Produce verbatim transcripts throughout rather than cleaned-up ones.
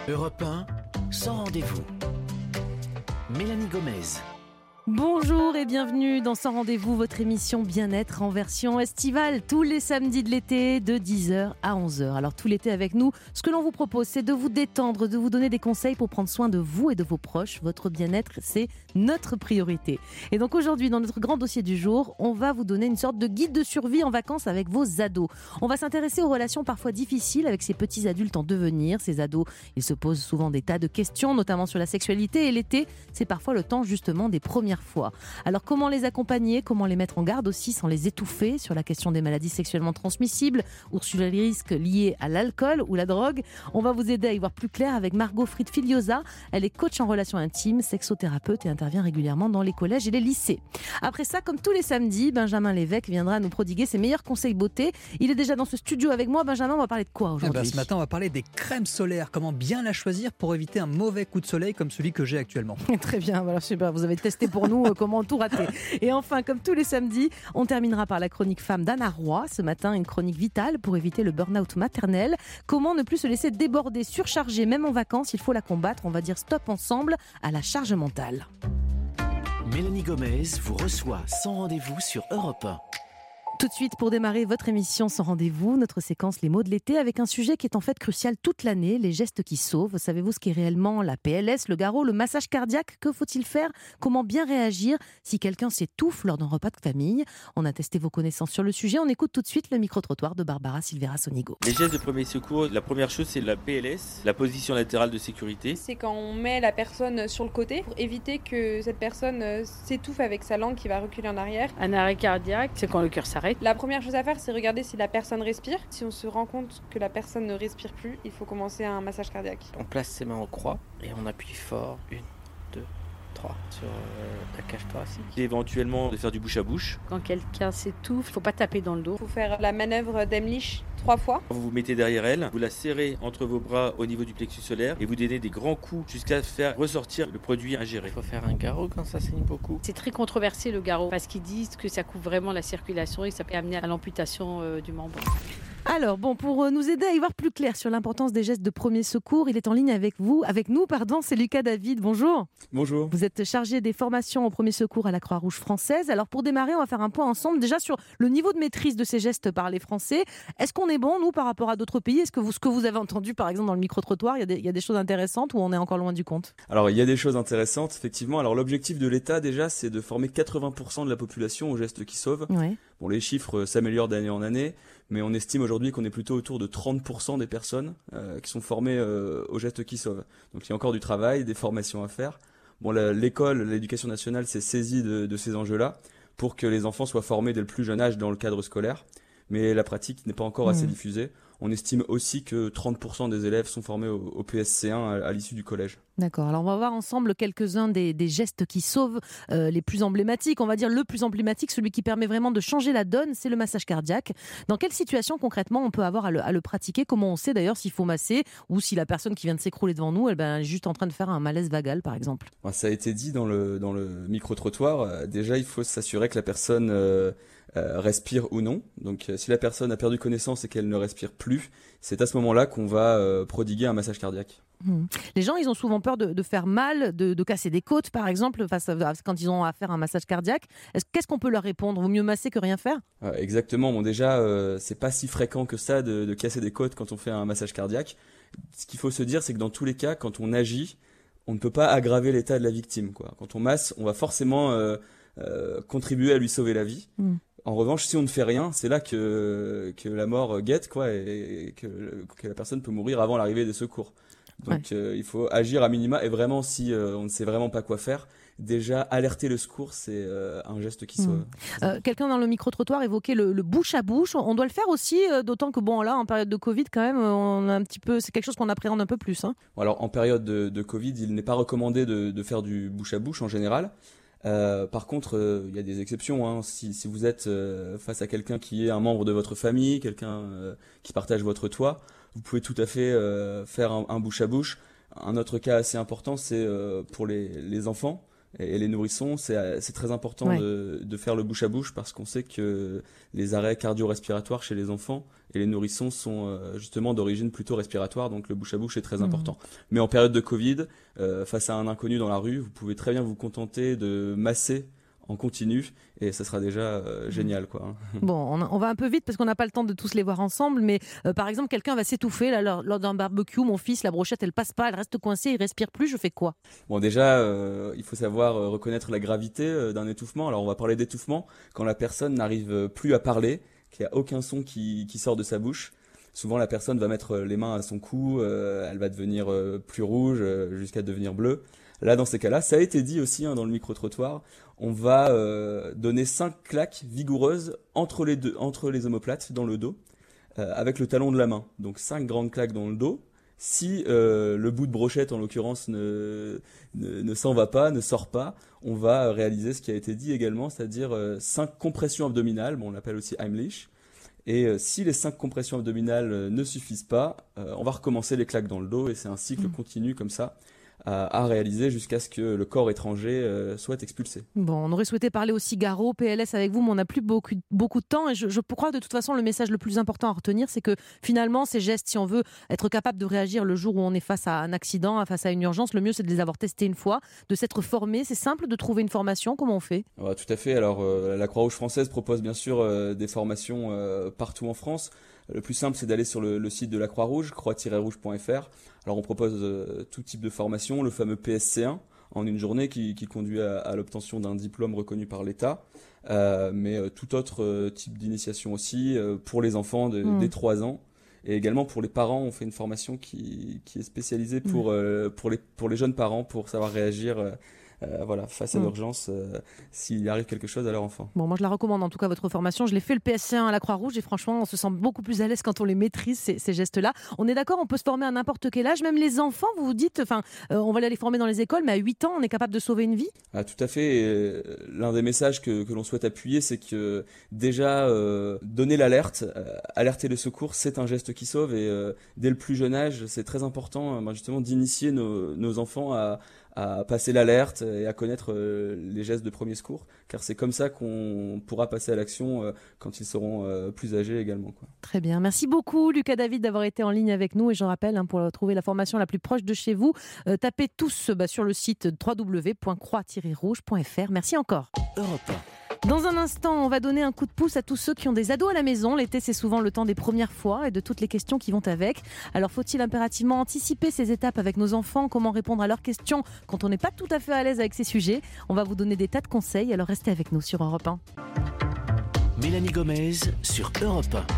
Europe un, sans rendez-vous. Mélanie Gomez. Bonjour et bienvenue dans Sans Rendez-vous, votre émission bien-être en version estivale, tous les samedis de l'été de dix heures à onze heures. Alors tout l'été avec nous, ce que l'on vous propose, c'est de vous détendre, de vous donner des conseils pour prendre soin de vous et de vos proches. Votre bien-être, c'est notre priorité. Et donc aujourd'hui, dans notre grand dossier du jour, on va vous donner une sorte de guide de survie en vacances avec vos ados. On va s'intéresser aux relations parfois difficiles avec ces petits adultes en devenir. Ces ados, ils se posent souvent des tas de questions, notamment sur la sexualité. Et l'été, c'est parfois le temps justement des premières fois. Alors comment les accompagner, comment les mettre en garde aussi sans les étouffer sur la question des maladies sexuellement transmissibles ou sur les risques liés à l'alcool ou la drogue. On va vous aider à y voir plus clair avec Margot Fried-Filiosa. Elle est coach en relations intimes, sexothérapeute et intervient régulièrement dans les collèges et les lycées. Après ça, comme tous les samedis, Benjamin Lévesque viendra nous prodiguer ses meilleurs conseils beauté. Il est déjà dans ce studio avec moi. Benjamin, on va parler de quoi aujourd'hui ? Eh ben, ce matin, on va parler des crèmes solaires. Comment bien la choisir pour éviter un mauvais coup de soleil comme celui que j'ai actuellement. Très bien, voilà, super. Vous avez testé pour nous comment tout rater. Et enfin, comme tous les samedis, on terminera par la chronique femme d'Anna Roy. Ce matin, une chronique vitale pour éviter le burn-out maternel. Comment ne plus se laisser déborder, surcharger, même en vacances, il faut la combattre. On va dire stop ensemble à la charge mentale. Mélanie Gomez vous reçoit sans rendez-vous sur Europe un. Tout de suite, pour démarrer votre émission Sans Rendez-vous, notre séquence Les mots de l'été avec un sujet qui est en fait crucial toute l'année, les gestes qui sauvent. Savez-vous ce qu'est réellement la P L S, le garrot, le massage cardiaque ? Que faut-il faire ? Comment bien réagir si quelqu'un s'étouffe lors d'un repas de famille ? On a testé vos connaissances sur le sujet. On écoute tout de suite le micro-trottoir de Barbara Silvera Sonigo. Les gestes de premier secours, la première chose c'est la P L S, la position latérale de sécurité. C'est quand on met la personne sur le côté pour éviter que cette personne s'étouffe avec sa langue qui va reculer en arrière. Un arrêt cardiaque, c'est quand le cœur s'arrête. La première chose à faire, c'est regarder si la personne respire. Si on se rend compte que la personne ne respire plus, il faut commencer un massage cardiaque. On place ses mains en croix et on appuie fort. Une, deux, trois sur euh, la cage thoracique. Et éventuellement de faire du bouche à bouche. Quand quelqu'un s'étouffe, il ne faut pas taper dans le dos. Il faut faire la manœuvre d'Emlich trois fois. Vous vous mettez derrière elle, vous la serrez entre vos bras au niveau du plexus solaire et vous donnez des grands coups jusqu'à faire ressortir le produit ingéré. Il faut faire un garrot quand ça saigne beaucoup. C'est très controversé le garrot parce qu'ils disent que ça coupe vraiment la circulation et que ça peut amener à l'amputation euh, du membre. Alors bon, pour nous aider à y voir plus clair sur l'importance des gestes de premier secours, il est en ligne avec vous, avec nous, pardon, c'est Lucas David. Bonjour. Bonjour. Vous êtes chargé des formations au premier secours à la Croix-Rouge française. Alors pour démarrer, on va faire un point ensemble déjà sur le niveau de maîtrise de ces gestes par les Français. Est-ce qu'on est bon, nous, par rapport à d'autres pays ? Est-ce que vous, ce que vous avez entendu, par exemple, dans le micro-trottoir, il y a des, il y a des choses intéressantes ou on est encore loin du compte ? Alors, il y a des choses intéressantes, effectivement. Alors, l'objectif de l'État, déjà, c'est de former quatre-vingts pour cent de la population aux gestes qui sauvent. Ouais. Bon, les chiffres s'améliorent d'année en année, mais on estime aujourd'hui qu'on est plutôt autour de trente pour cent des personnes euh, qui sont formées euh, aux gestes qui sauvent. Donc, il y a encore du travail, des formations à faire. Bon, la, l'école, l'éducation nationale s'est saisie de, de ces enjeux-là pour que les enfants soient formés dès le plus jeune âge dans le cadre scolaire. Mais la pratique n'est pas encore mmh. assez diffusée. On estime aussi que trente pour cent des élèves sont formés au, au P S C un à, à l'issue du collège. D'accord, alors on va voir ensemble quelques-uns des, des gestes qui sauvent, euh, les plus emblématiques. On va dire le plus emblématique, celui qui permet vraiment de changer la donne, c'est le massage cardiaque. Dans quelle situation concrètement on peut avoir à le, à le pratiquer ? Comment on sait d'ailleurs s'il faut masser ou si la personne qui vient de s'écrouler devant nous, elle ben, est juste en train de faire un malaise vagal par exemple ? Ça a été dit dans le, dans le micro-trottoir. Déjà, il faut s'assurer que la personne euh, euh, respire ou non. Donc euh, si la personne a perdu connaissance et qu'elle ne respire plus, c'est à ce moment-là qu'on va euh, prodiguer un massage cardiaque. Mmh. Les gens, ils ont souvent peur de, de faire mal, de, de casser des côtes, par exemple, face à, quand ils ont à faire un massage cardiaque. Est-ce, qu'est-ce qu'on peut leur répondre ? Vaut mieux masser que rien faire ? euh, Exactement. Bon, déjà, euh, c'est pas si fréquent que ça de, de casser des côtes quand on fait un massage cardiaque. Ce qu'il faut se dire, c'est que dans tous les cas, quand on agit, on ne peut pas aggraver l'état de la victime, quoi. Quand on masse, on va forcément euh, euh, contribuer à lui sauver la vie. Mmh. En revanche, si on ne fait rien, c'est là que, que la mort guette, quoi, et que, que la personne peut mourir avant l'arrivée des secours. Donc ouais. euh, il faut agir à minima et vraiment si euh, on ne sait vraiment pas quoi faire, déjà alerter le secours, c'est euh, un geste qui sauve. Mmh. Euh, quelqu'un dans le micro-trottoir évoquait le, le bouche à bouche. On doit le faire aussi, euh, d'autant que bon là en période de Covid quand même, on a un petit peu, c'est quelque chose qu'on appréhende un peu plus. Hein. Bon, alors en période de, de Covid, il n'est pas recommandé de, de faire du bouche à bouche en général. Euh, par contre, il euh, y a des exceptions. Hein. Si, si vous êtes euh, face à quelqu'un qui est un membre de votre famille, quelqu'un euh, qui partage votre toit, vous pouvez tout à fait euh, faire un, un bouche à bouche. Un autre cas assez important, c'est euh, pour les, les enfants. Et, et les nourrissons, c'est, c'est très important Ouais. de, de faire le bouche à bouche parce qu'on sait que les arrêts cardio-respiratoires chez les enfants et les nourrissons sont euh, justement d'origine plutôt respiratoire, donc le bouche à bouche est très Mhm. important. Mais en période de Covid, euh, face à un inconnu dans la rue, vous pouvez très bien vous contenter de masser en continu et ça sera déjà euh, génial, quoi. hein. Bon, on, on va un peu vite parce qu'on n'a pas le temps de tous les voir ensemble, mais euh, par exemple, quelqu'un va s'étouffer là, lors, lors d'un barbecue, mon fils, la brochette, elle passe pas, elle reste coincée, il respire plus, je fais quoi? Bon, déjà, euh, il faut savoir euh, reconnaître la gravité euh, d'un étouffement. Alors, on va parler d'étouffement quand la personne n'arrive euh, plus à parler, qu'il n'y a aucun son qui, qui sort de sa bouche. Souvent, la personne va mettre euh, les mains à son cou, euh, elle va devenir euh, plus rouge euh, jusqu'à devenir bleue. Là, dans ces cas-là, ça a été dit aussi hein, dans le micro-trottoir, on va euh, donner cinq claques vigoureuses entre les deux, entre les omoplates dans le dos, euh, avec le talon de la main. Donc, cinq grandes claques dans le dos. Si euh, le bout de brochette, en l'occurrence, ne, ne, ne s'en va pas, ne sort pas, on va réaliser ce qui a été dit également, c'est-à-dire euh, cinq compressions abdominales, bon, on l'appelle aussi Heimlich. Et euh, si les cinq compressions abdominales euh, ne suffisent pas, euh, on va recommencer les claques dans le dos et c'est un cycle Mmh. continu comme ça à, à réaliser jusqu'à ce que le corps étranger euh, soit expulsé. Bon, on aurait souhaité parler au cigaro, P L S avec vous, mais on n'a plus beaucoup, beaucoup de temps. Et je, je crois de toute façon, le message le plus important à retenir, c'est que finalement, ces gestes, si on veut être capable de réagir le jour où on est face à un accident, face à une urgence, le mieux, c'est de les avoir testés une fois, de s'être formé. C'est simple de trouver une formation. Comment on fait? Ouais, tout à fait. Alors, euh, la Croix-Rouge française propose bien sûr euh, des formations euh, partout en France. Le plus simple, c'est d'aller sur le, le site de la Croix-Rouge, croix tiret rouge point f r. Alors, on propose euh, tout type de formation, le fameux P S C un en une journée qui, qui conduit à, à l'obtention d'un diplôme reconnu par l'État, euh, mais euh, tout autre euh, type d'initiation aussi euh, pour les enfants de, Mmh. dès trois ans. Et également pour les parents, on fait une formation qui, qui est spécialisée pour, euh, pour, les, pour les jeunes parents pour savoir réagir euh, euh, voilà, face à Mm. l'urgence euh, s'il arrive quelque chose à leur enfant. Bon, moi, je la recommande en tout cas, votre formation. Je l'ai fait le P S C un à la Croix-Rouge et franchement, on se sent beaucoup plus à l'aise quand on les maîtrise, ces, ces gestes-là. On est d'accord, on peut se former à n'importe quel âge, même les enfants, vous vous dites, enfin, euh, on va aller les former dans les écoles, mais à huit ans, on est capable de sauver une vie? Ah, tout à fait. Et, euh, l'un des messages que, que l'on souhaite appuyer, c'est que déjà, euh, donner l'alerte, euh, alerter le secours, c'est un geste qui sauve. Et euh, dès le plus jeune âge, c'est très important euh, justement d'initier nos, nos enfants à, à passer l'alerte et à connaître euh, les gestes de premier secours, car c'est comme ça qu'on pourra passer à l'action euh, quand ils seront euh, plus âgés également, quoi. Très bien. Merci beaucoup, Lucas David, d'avoir été en ligne avec nous. Et je rappelle, hein, pour trouver la formation la plus proche de chez vous, euh, tapez tous bah, sur le site w w w point croix tiret rouge point f r. Merci encore. Europe un. Dans un instant, on va donner un coup de pouce à tous ceux qui ont des ados à la maison. L'été, c'est souvent le temps des premières fois et de toutes les questions qui vont avec. Alors, faut-il impérativement anticiper ces étapes avec nos enfants? Comment répondre à leurs questions quand on n'est pas tout à fait à l'aise avec ces sujets? On va vous donner des tas de conseils, alors restez avec nous sur Europe un. Mélanie Gomez sur Europe un.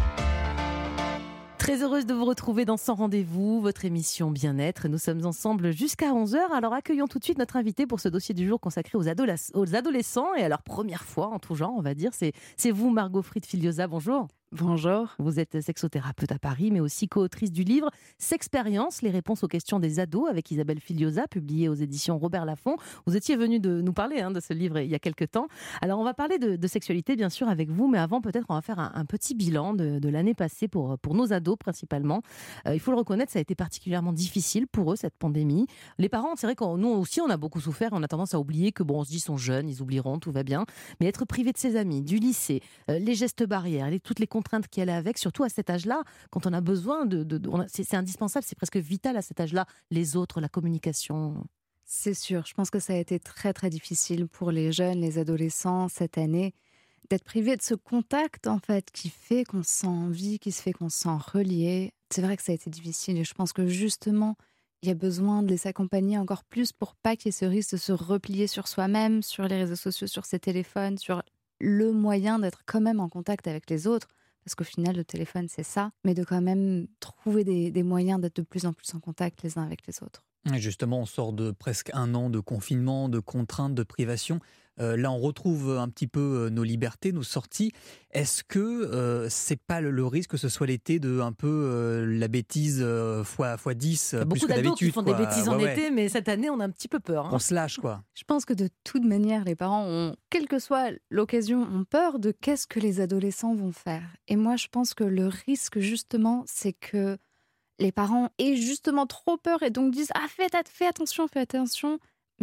Très heureuse de vous retrouver dans Sans Rendez-vous, votre émission Bien-être. Nous sommes ensemble jusqu'à onze heures. Alors accueillons tout de suite notre invité pour ce dossier du jour consacré aux, adoles- aux adolescents et à leur première fois en tout genre, on va dire. C'est, c'est vous, Margot Fried-Filiosa. Bonjour. Bonjour. Vous êtes sexothérapeute à Paris, mais aussi co-autrice du livre Sexpérience, les réponses aux questions des ados avec Isabelle Filiosa, publié aux éditions Robert Laffont. Vous étiez venu de nous parler hein, de ce livre il y a quelques temps. Alors on va parler de, de sexualité bien sûr avec vous, mais avant peut-être on va faire un, un petit bilan de, de l'année passée pour, pour nos ados principalement. Euh, il faut le reconnaître, ça a été particulièrement difficile pour eux cette pandémie. Les parents, c'est vrai que nous aussi on a beaucoup souffert, on a tendance à oublier que bon, on se dit ils sont jeunes, ils oublieront, tout va bien. Mais être privé de ses amis, du lycée, euh, les gestes barrières, les, toutes les contraintes qui allaient avec, surtout à cet âge-là, quand on a besoin de... de, de on a, c'est, c'est indispensable, c'est presque vital à cet âge-là, les autres, la communication. C'est sûr, je pense que ça a été très très difficile pour les jeunes, les adolescents cette année, d'être privés de ce contact en fait qui fait qu'on se sent en vie, qui se fait qu'on se sent relié. C'est vrai que ça a été difficile et je pense que justement, il y a besoin de les accompagner encore plus pour pas qu'il y ait ce risque de se replier sur soi-même, sur les réseaux sociaux, sur ses téléphones, sur le moyen d'être quand même en contact avec les autres. Parce qu'au final, le téléphone, c'est ça, mais de quand même trouver des, des moyens d'être de plus en plus en contact les uns avec les autres. Et justement, on sort de presque un an de confinement, de contraintes, de privation. Euh, là, on retrouve un petit peu nos libertés, nos sorties. Est-ce que euh, c'est pas le, le risque que ce soit l'été de un peu euh, la bêtise euh, fois, fois dix, Il y a plus beaucoup que d'ados d'habitude, qui font quoi. des bêtises en Ouais, ouais. été, mais cette année, on a un petit peu peur. Hein. On se lâche, quoi. Je pense que de toute manière, les parents ont, quelle que soit l'occasion, ont peur de qu'est-ce que les adolescents vont faire. Et moi, je pense que le risque, justement, c'est que les parents aient justement trop peur et donc disent « Ah, fais, fais attention, fais attention », mais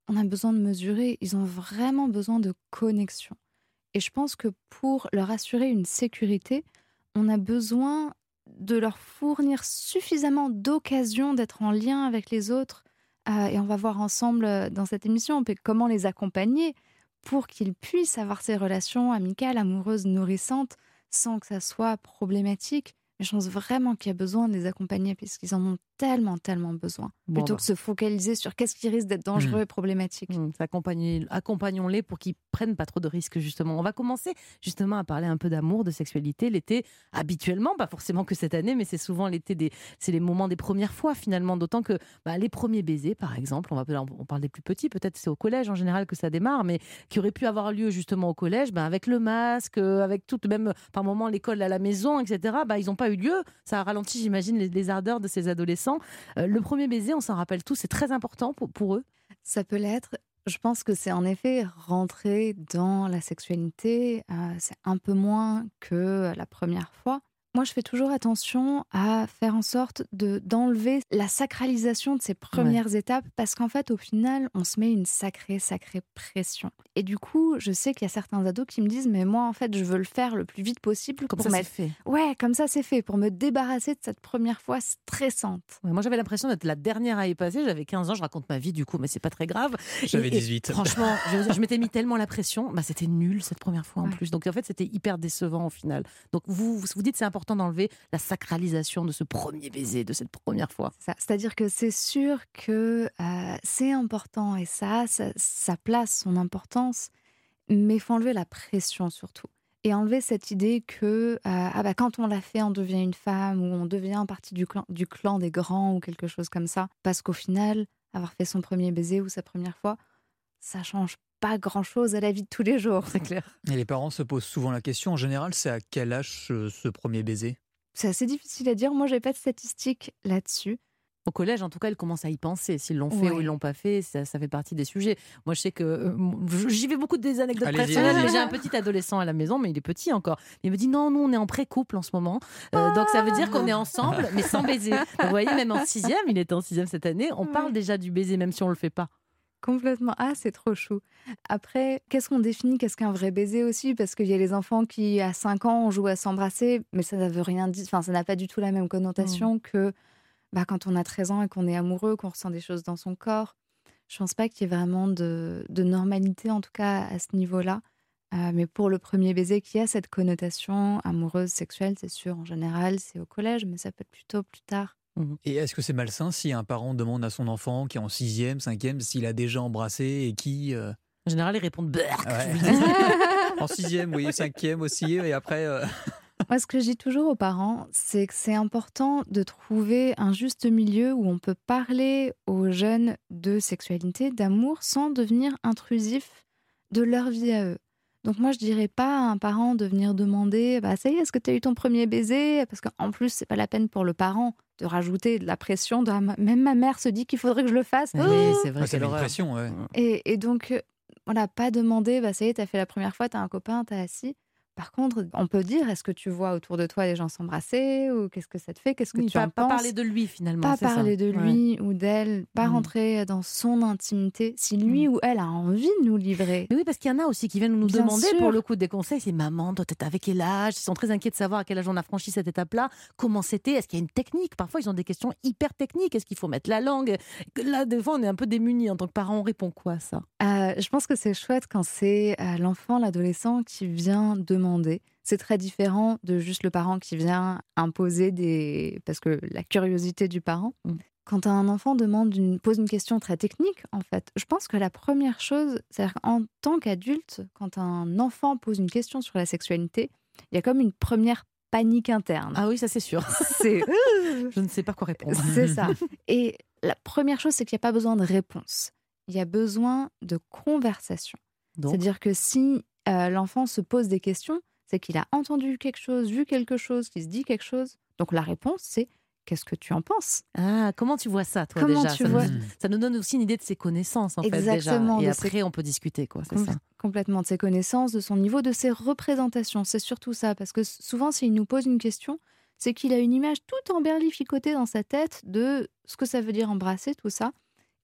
on a besoin de mesurer, ils ont vraiment besoin de connexion. Et je pense que pour leur assurer une sécurité, on a besoin de leur fournir suffisamment d'occasions d'être en lien avec les autres. Euh, et on va voir ensemble euh, dans cette émission comment les accompagner pour qu'ils puissent avoir ces relations amicales, amoureuses, nourrissantes, sans que ça soit problématique. Mais je pense vraiment qu'il y a besoin de les accompagner puisqu'ils en ont tellement, tellement besoin. Bon, plutôt bah. que de se focaliser sur qu'est-ce qui risque d'être dangereux Mmh. et problématique. Mmh, accompagnez- Accompagnons-les pour qu'ils prennent pas trop de risques, justement. On va commencer justement à parler un peu d'amour, de sexualité. L'été, habituellement, pas forcément que cette année, mais c'est souvent l'été, des, c'est les moments des premières fois finalement. D'autant que bah, les premiers baisers, par exemple, on, va, on parle des plus petits, peut-être c'est au collège en général que ça démarre, mais qui aurait pu avoir lieu justement au collège, bah, avec le masque, euh, avec tout, même par moment l'école à la maison, et cetera. Bah, ils n'ont pas eu lieu. Ça a ralenti, j'imagine, les, les ardeurs de ces adolescents. Euh, le premier baiser, on s'en rappelle tous, c'est très important pour, pour eux. Ça peut l'être. Je pense que c'est en effet rentrer dans la sexualité. Euh, c'est un peu moins que la première fois. Moi, je fais toujours attention à faire en sorte de, d'enlever la sacralisation de ces premières ouais. étapes parce qu'en fait, au final, on se met une sacrée, sacrée pression. Et du coup, je sais qu'il y a certains ados qui me disent « mais moi, en fait, je veux le faire le plus vite possible. » Comme pour ça, mettre... c'est fait. Ouais, comme ça, c'est fait, pour me débarrasser de cette première fois stressante. Ouais, moi, j'avais l'impression d'être la dernière à y passer. J'avais quinze ans, je raconte ma vie, du coup, mais c'est pas très grave. J'avais et, dix-huit. Et, franchement, je, je m'étais mis tellement la pression. Bah, c'était nul cette première fois en ouais. plus. Donc, en fait, c'était hyper décevant au final. Donc, vous vous, vous dites c'est important d'enlever la sacralisation de ce premier baiser, de cette première fois. Ça, c'est-à-dire que c'est sûr que euh, c'est important et ça, ça, ça place son importance, mais il faut enlever la pression surtout. Et enlever cette idée que euh, ah bah, quand on l'a fait, on devient une femme ou on devient partie du clan, du clan des grands ou quelque chose comme ça. Parce qu'au final, avoir fait son premier baiser ou sa première fois, ça change pas grand-chose à la vie de tous les jours, c'est clair. Et les parents se posent souvent la question, en général, c'est à quel âge ce, ce premier baiser ? C'est assez difficile à dire. Moi, j'ai pas de statistiques là-dessus. Au collège, en tout cas, ils commencent à y penser. S'ils l'ont fait ouais. ou ils l'ont pas fait, ça, ça fait partie des sujets. Moi, je sais que euh, j'y vais beaucoup des anecdotes Allez-y, personnelles. allez-y. Mais j'ai un petit adolescent à la maison, mais il est petit encore. Il me dit non, nous, on est en pré-couple en ce moment. Euh, donc, ça veut dire qu'on est ensemble, mais sans baiser. Donc, vous voyez, même en sixième, il était en sixième cette année, on ouais. parle déjà du baiser, même si on le fait pas. Complètement. Ah, c'est trop chou. Après, qu'est-ce qu'on définit ? Qu'est-ce qu'un vrai baiser aussi ? Parce qu'il y a les enfants qui, à cinq ans, on joue à s'embrasser, mais ça ne veut rien dire. Enfin, ça n'a pas du tout la même connotation mmh. que bah, quand on a treize ans et qu'on est amoureux, qu'on ressent des choses dans son corps. Je ne pense pas qu'il y ait vraiment de, de normalité, en tout cas à ce niveau-là. Euh, mais pour le premier baiser qui a cette connotation amoureuse, sexuelle, c'est sûr, en général, c'est au collège, mais ça peut être plutôt plus tard. Et est-ce que c'est malsain si un parent demande à son enfant qui est en sixième, cinquième, s'il a déjà embrassé et qui... Euh... En général, ils répondent Berk. Ouais. En sixième, oui, cinquième aussi, et après... Euh... Moi, ce que je dis toujours aux parents, c'est que c'est important de trouver un juste milieu où on peut parler aux jeunes de sexualité, d'amour, sans devenir intrusif de leur vie à eux. Donc moi, je dirais pas à un parent de venir demander bah, « ça y est, est-ce que tu as eu ton premier baiser ?» Parce qu'en plus, c'est pas la peine pour le parent de rajouter de la pression. De... Même ma mère se dit qu'il faudrait que je le fasse. Oui, oh c'est vrai, ouais, c'est une pression. Ouais. Et, et donc, voilà, pas demander bah, « ça y est, tu as fait la première fois, tu as un copain, tu as assis ». Par contre, on peut dire, est-ce que tu vois autour de toi les gens s'embrasser ou qu'est-ce que ça te fait, qu'est-ce que oui, tu pas, en pas penses ? Pas parler de lui finalement. Pas c'est parler ça. de lui ouais. ou d'elle, pas mmh. rentrer dans son intimité. Si lui mmh. ou elle a envie de nous livrer. Mais oui, parce qu'il y en a aussi qui viennent nous Bien demander sûr. pour le coup des conseils. C'est maman, toi t'es avec quel âge ? Ils sont très inquiets de savoir à quel âge on a franchi cette étape-là. Comment c'était ? Est-ce qu'il y a une technique ? Parfois ils ont des questions hyper techniques. Est-ce qu'il faut mettre la langue ? Là, des fois on est un peu démunis en tant que parent. On répond quoi à ça ? euh, Je pense que c'est chouette quand c'est euh, l'enfant, l'adolescent qui vient demander. C'est très différent de juste le parent qui vient imposer des... Parce que la curiosité du parent, mmh. quand un enfant demande une... pose une question très technique, en fait, je pense que la première chose, c'est-à-dire qu'en tant qu'adulte, quand un enfant pose une question sur la sexualité, il y a comme une première panique interne. Ah oui, ça c'est sûr. C'est... je ne sais pas quoi répondre. C'est ça. Et la première chose, c'est qu'il n'y a pas besoin de réponse. Il y a besoin de conversation. Donc... C'est-à-dire que si euh, l'enfant se pose des questions, c'est qu'il a entendu quelque chose, vu quelque chose, qu'il se dit quelque chose. Donc la réponse, c'est qu'est-ce que tu en penses ? Ah, comment tu vois ça, toi, comment déjà tu ça, vois... nous, ça nous donne aussi une idée de ses connaissances, en Exactement, fait, déjà. Et après, ses... on peut discuter, quoi, c'est Com- ça. Complètement, de ses connaissances, de son niveau, de ses représentations. C'est surtout ça, parce que souvent, s'il nous pose une question, c'est qu'il a une image toute emberlificotée dans sa tête de ce que ça veut dire embrasser, tout ça.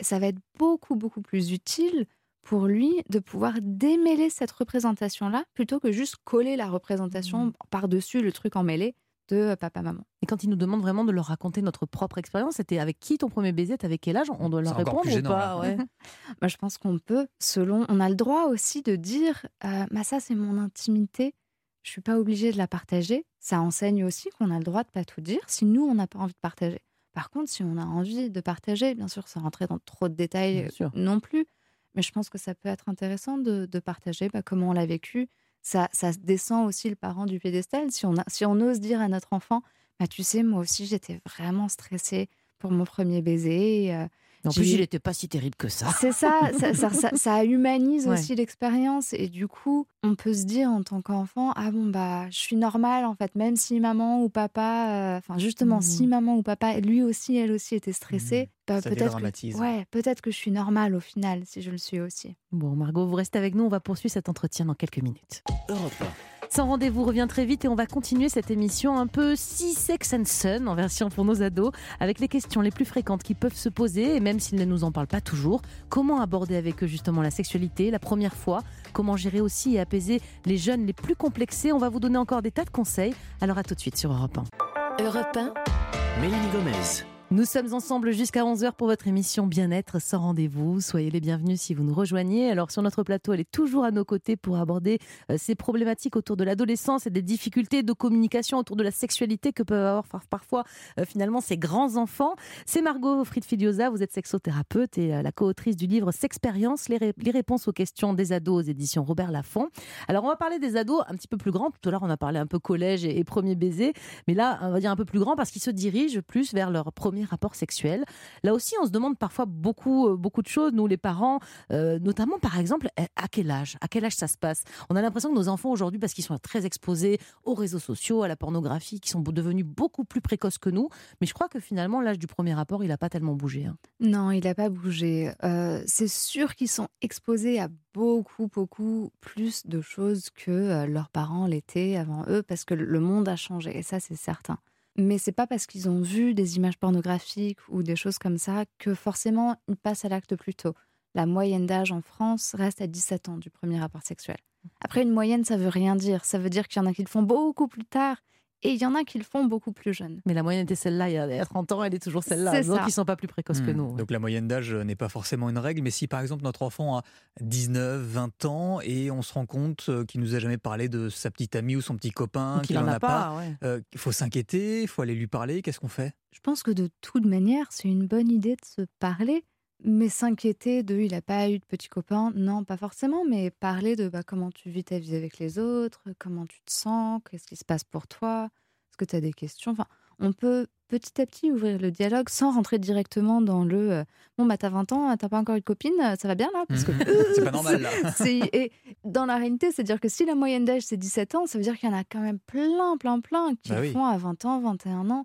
ça va être beaucoup, beaucoup plus utile pour lui de pouvoir démêler cette représentation-là plutôt que juste coller la représentation mmh. par-dessus le truc emmêlé de papa-maman. Et quand il nous demande vraiment de leur raconter notre propre expérience, c'était avec qui ton premier baiser, t'avais quel âge? On doit leur répondre ou pas? Ouais. Moi, je pense qu'on peut, selon... On a le droit aussi de dire euh, bah, ça, c'est mon intimité, je ne suis pas obligée de la partager. Ça enseigne aussi qu'on a le droit de ne pas tout dire si nous, on n'a pas envie de partager. Par contre, si on a envie de partager, bien sûr, sans rentrer dans trop de détails non plus, mais je pense que ça peut être intéressant de, de partager bah, comment on l'a vécu. Ça, ça descend aussi le parent du piédestal. Si on, a, si on ose dire à notre enfant, bah, tu sais, moi aussi, j'étais vraiment stressée pour mon premier baiser. Euh, en plus, il n'était pas si terrible que ça. C'est ça, ça, ça, ça, ça humanise ouais. aussi l'expérience. Et du coup, on peut se dire en tant qu'enfant, ah bon, bah, je suis normale, en fait, même si maman ou papa, enfin, euh, justement, mmh. si maman ou papa, lui aussi, elle aussi était stressée, mmh. bah, peut-être que, ouais, peut-être que je suis normale au final, si je le suis aussi. Bon, Margot, vous restez avec nous, on va poursuivre cet entretien dans quelques minutes. Europe un. Sans rendez-vous revient très vite et on va continuer cette émission un peu si Sex and Son en version pour nos ados avec les questions les plus fréquentes qui peuvent se poser et même s'ils ne nous en parlent pas toujours. Comment aborder avec eux justement la sexualité, la première fois? Comment gérer aussi et apaiser les jeunes les plus complexés? On va vous donner encore des tas de conseils. Alors à tout de suite sur Europe un. Europe un, Mélanie Gomez. Nous sommes ensemble jusqu'à onze heures pour votre émission Bien-être sans rendez-vous. Soyez les bienvenus si vous nous rejoignez. Alors sur notre plateau, elle est toujours à nos côtés pour aborder euh, ces problématiques autour de l'adolescence et des difficultés de communication autour de la sexualité que peuvent avoir parfois euh, finalement ces grands enfants. C'est Margot Fried-Filiosa, vous êtes sexothérapeute et euh, la co-autrice du livre Sexpérience, les, ré- les réponses aux questions des ados aux éditions Robert Laffont. Alors on va parler des ados un petit peu plus grands. Tout à l'heure on a parlé un peu collège et, et premier baiser, mais là on va dire un peu plus grand parce qu'ils se dirigent plus vers leur premier rapport sexuel. Là aussi, on se demande parfois beaucoup, beaucoup de choses, nous les parents, euh, notamment par exemple, à quel âge À quel âge ça se passe? On a l'impression que nos enfants aujourd'hui, parce qu'ils sont très exposés aux réseaux sociaux, à la pornographie, qui sont devenus beaucoup plus précoces que nous, mais je crois que finalement, l'âge du premier rapport, il n'a pas tellement bougé. Hein. Non, il n'a pas bougé. Euh, c'est sûr qu'ils sont exposés à beaucoup, beaucoup plus de choses que euh, leurs parents l'étaient avant eux, parce que le monde a changé, et ça, c'est certain. Mais c'est pas parce qu'ils ont vu des images pornographiques ou des choses comme ça que forcément ils passent à l'acte plus tôt. La moyenne d'âge en France reste à dix-sept ans du premier rapport sexuel. Après, une moyenne, ça veut rien dire. Ça veut dire qu'il y en a qui le font beaucoup plus tard et il y en a qui le font beaucoup plus jeune. Mais la moyenne était celle-là il y a trente ans, elle est toujours celle-là. C'est donc ils ne sont pas plus précoces mmh. que nous. Ouais. Donc la moyenne d'âge n'est pas forcément une règle, mais si par exemple notre enfant a dix-neuf, vingt ans et on se rend compte qu'il ne nous a jamais parlé de sa petite amie ou son petit copain, qu'il n'en a pas, pas ouais. euh, il faut s'inquiéter, il faut aller lui parler, qu'est-ce qu'on fait? Je pense que de toute manière, c'est une bonne idée de se parler. Mais s'inquiéter de « il n'a pas eu de petit copain », non, pas forcément, mais parler de bah, comment tu vis ta vie avec les autres, comment tu te sens, qu'est-ce qui se passe pour toi, est-ce que tu as des questions. Enfin, on peut petit à petit ouvrir le dialogue sans rentrer directement dans le euh, « bon, bah t'as vingt ans, t'as pas encore eu de copine, ça va bien là ?» parce que c'est pas normal là. c'est, et dans la réalité, c'est-à-dire que si la moyenne d'âge c'est dix-sept ans, ça veut dire qu'il y en a quand même plein, plein, plein qui bah le oui. font à vingt ans, vingt et un ans.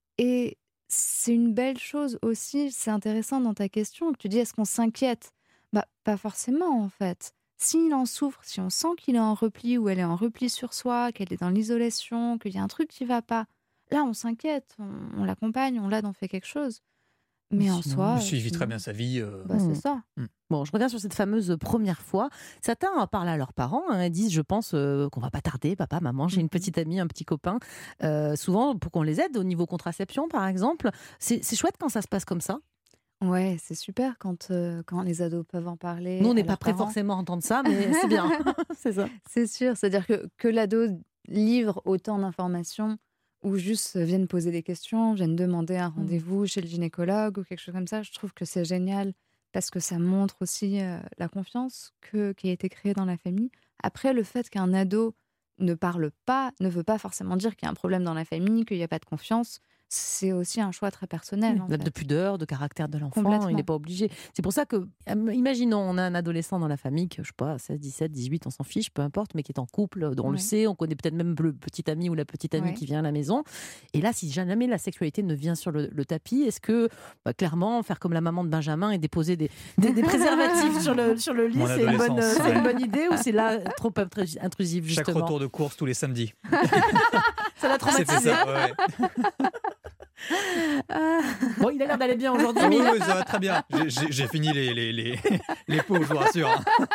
Et c'est une belle chose aussi, c'est intéressant dans ta question, que tu dis est-ce qu'on s'inquiète? Bah, pas forcément en fait. S'il en souffre, si on sent qu'il est en repli ou elle est en repli sur soi, qu'elle est dans l'isolation, qu'il y a un truc qui va pas, là on s'inquiète, on, on l'accompagne, on l'aide, on fait quelque chose. Mais en soi... Il suit très bien sa vie. Euh... Bah, mmh. C'est ça. Mmh. Bon, je reviens sur cette fameuse première fois. Certains en parlent à leurs parents, hein, ils disent, je pense euh, qu'on va pas tarder, papa, maman, j'ai une petite amie, un petit copain. Euh, souvent, pour qu'on les aide au niveau contraception, par exemple. C'est, c'est chouette quand ça se passe comme ça. Ouais, c'est super quand, euh, quand les ados peuvent en parler. Nous, on n'est pas prêts forcément à entendre ça, mais c'est bien. C'est ça. C'est sûr, c'est-à-dire que, que l'ado livre autant d'informations ou juste viennent poser des questions, viennent demander un rendez-vous mmh. chez le gynécologue ou quelque chose comme ça. Je trouve que c'est génial parce que ça montre aussi euh, la confiance que, qui a été créée dans la famille. Après, le fait qu'un ado ne parle pas ne veut pas forcément dire qu'il y a un problème dans la famille, qu'il n'y a pas de confiance. C'est aussi un choix très personnel. En fait. De pudeur, de caractère de l'enfant, il n'est pas obligé. C'est pour ça que, imaginons, on a un adolescent dans la famille, que, je sais pas, seize, dix-sept, dix-huit, on s'en fiche, peu importe, mais qui est en couple, dont on ouais. le sait, on connaît peut-être même le petit ami ou la petite amie ouais. qui vient à la maison. Et là, si jamais la sexualité ne vient sur le, le tapis, est-ce que, bah, clairement, faire comme la maman de Benjamin et déposer des, des, des préservatifs sur, le, sur le lit, c'est une, bonne, ouais. c'est une bonne idée ou c'est là trop intrusif, justement? Chaque retour de course tous les samedis. Ça l'a traumatisé. Ça, ouais. Ah. Bon, il a l'air d'aller bien aujourd'hui. Ah mais oui, il a- oui, ça va très bien. J'ai- J'ai j'ai fini les, les, les, les pots, je vous rassure.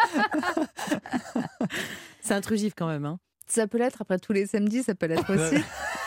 C'est intrusif quand même. Hein. Ça peut l'être, après tous les samedis, ça peut l'être aussi.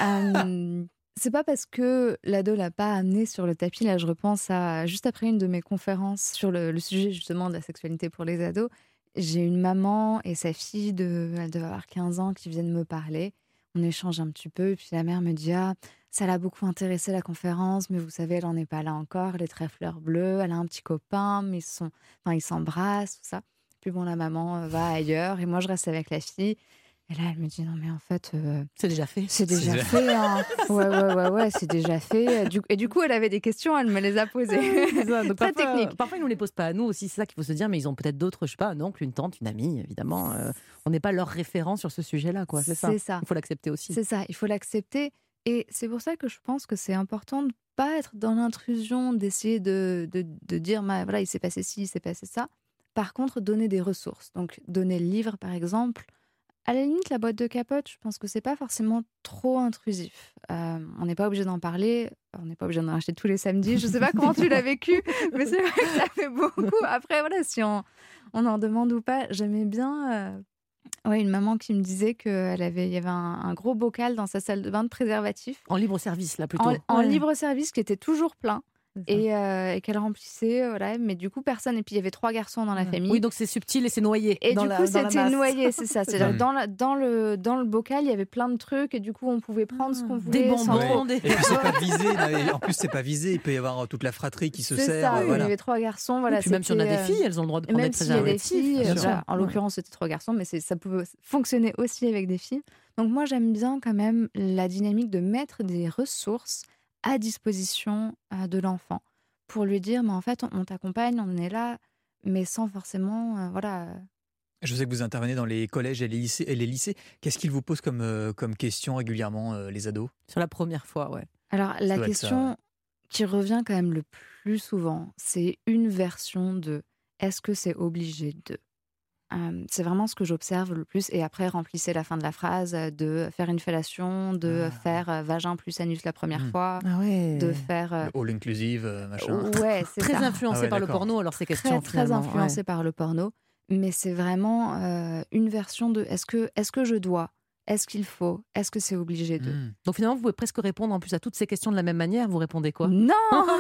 Euh, c'est pas parce que l'ado l'a pas amené sur le tapis, là je repense à juste après une de mes conférences sur le, le sujet justement de la sexualité pour les ados, j'ai une maman et sa fille, de, elle devait avoir quinze ans, qui viennent me parler. On échange un petit peu, et puis la mère me dit « Ah, ça l'a beaucoup intéressé la conférence, mais vous savez, elle en est pas là encore, elle est très fleur bleue, elle a un petit copain, mais ils sont, enfin, ils s'embrassent, tout ça. » Puis bon, la maman euh, va ailleurs, et moi je reste avec la fille. Et là, elle me dit « Non mais en fait... euh, C'est déjà fait. c'est déjà déjà- fait, hein. Ouais, ouais, ouais, ouais, c'est déjà fait. Du- Et du coup, elle avait des questions, elle me les a posées. C'est ça. Donc Très parfois, technique. Parfois, ils nous les posent pas à nous aussi. C'est ça qu'il faut se dire. Mais ils ont peut-être d'autres, je sais pas, un oncle, une tante, une amie, évidemment. Euh, on n'est pas leur référent sur ce sujet-là, quoi. C'est ça. C'est ça. Il faut l'accepter aussi. C'est ça, il faut l'accepter. Et c'est pour ça que je pense que c'est important de pas être dans l'intrusion, d'essayer de, de, de dire, bah, voilà, il s'est passé ci, il s'est passé ça. Par contre, donner des ressources. Donc, donner le livre, par exemple. À la limite, la boîte de capote, je pense que c'est pas forcément trop intrusif. Euh, on n'est pas obligé d'en parler, on n'est pas obligé d'en acheter tous les samedis. Je sais pas comment tu l'as vécu, mais c'est vrai que ça fait beaucoup. Après, voilà, si on, on en demande ou pas, j'aimais bien. Euh, ouais, une maman qui me disait qu'elle avait, il y avait un, un gros bocal dans sa salle de bain de préservatifs En libre service, là, plutôt. en, en Ouais. libre service qui était toujours plein. C'est ça. Et, euh, et qu'elle remplissait, voilà, mais du coup personne. Et puis il y avait trois garçons dans la famille. Oui, donc c'est subtil et c'est noyé. Et dans du la- coup, dans la c'était masse. noyé, c'est ça. C'est-à-dire ça. que dans, la- dans, le, dans le bocal, il y avait plein de trucs et du coup, on pouvait prendre ce qu'on voulait. Des bonbons, sans trop- des- Et puis c'est pas visé, mais en plus c'est pas visé, il peut y avoir toute la fratrie qui se C'est sert. ça, euh, il y voilà. avait trois garçons. Voilà, Et puis même si on a c'était, des euh, filles, elles ont le droit de prendre Même des s'il y a des préservatifs. filles, bien euh, sûr. voilà, en Ouais. l'occurrence c'était trois garçons, mais c'est- ça pouvait fonctionner aussi avec des filles. Donc moi j'aime bien quand même la dynamique de mettre des ressources à disposition euh, de l'enfant pour lui dire, mais en fait on, on t'accompagne, on est là, mais sans forcément, euh, voilà. Je sais que vous intervenez dans les collèges et les lycées. Et les lycées. Qu'est-ce qu'ils vous posent comme, euh, comme question régulièrement, euh, les ados? Sur la première fois, ouais. Alors la doit être ça, question ouais. qui revient quand même le plus souvent, c'est une version de est-ce que c'est obligé de. Euh, c'est vraiment ce que j'observe le plus. Et après, remplissez la fin de la phrase euh, de faire une fellation, de Ah. faire euh, vagin plus anus la première Hmm. fois, Ah ouais. de faire. euh, Le all inclusive, euh, machin. Ouais, c'est Très ça. influencé Ah ouais, par le d'accord. porno, alors ces questions. Très, très finalement, influencé ouais. par le porno. Mais c'est vraiment euh, une version de est-ce que, est-ce que je dois? Est-ce qu'il faut? Est-ce que c'est obligé de? Hmm. Donc finalement, vous pouvez presque répondre en plus à toutes ces questions de la même manière. Vous répondez quoi? Non.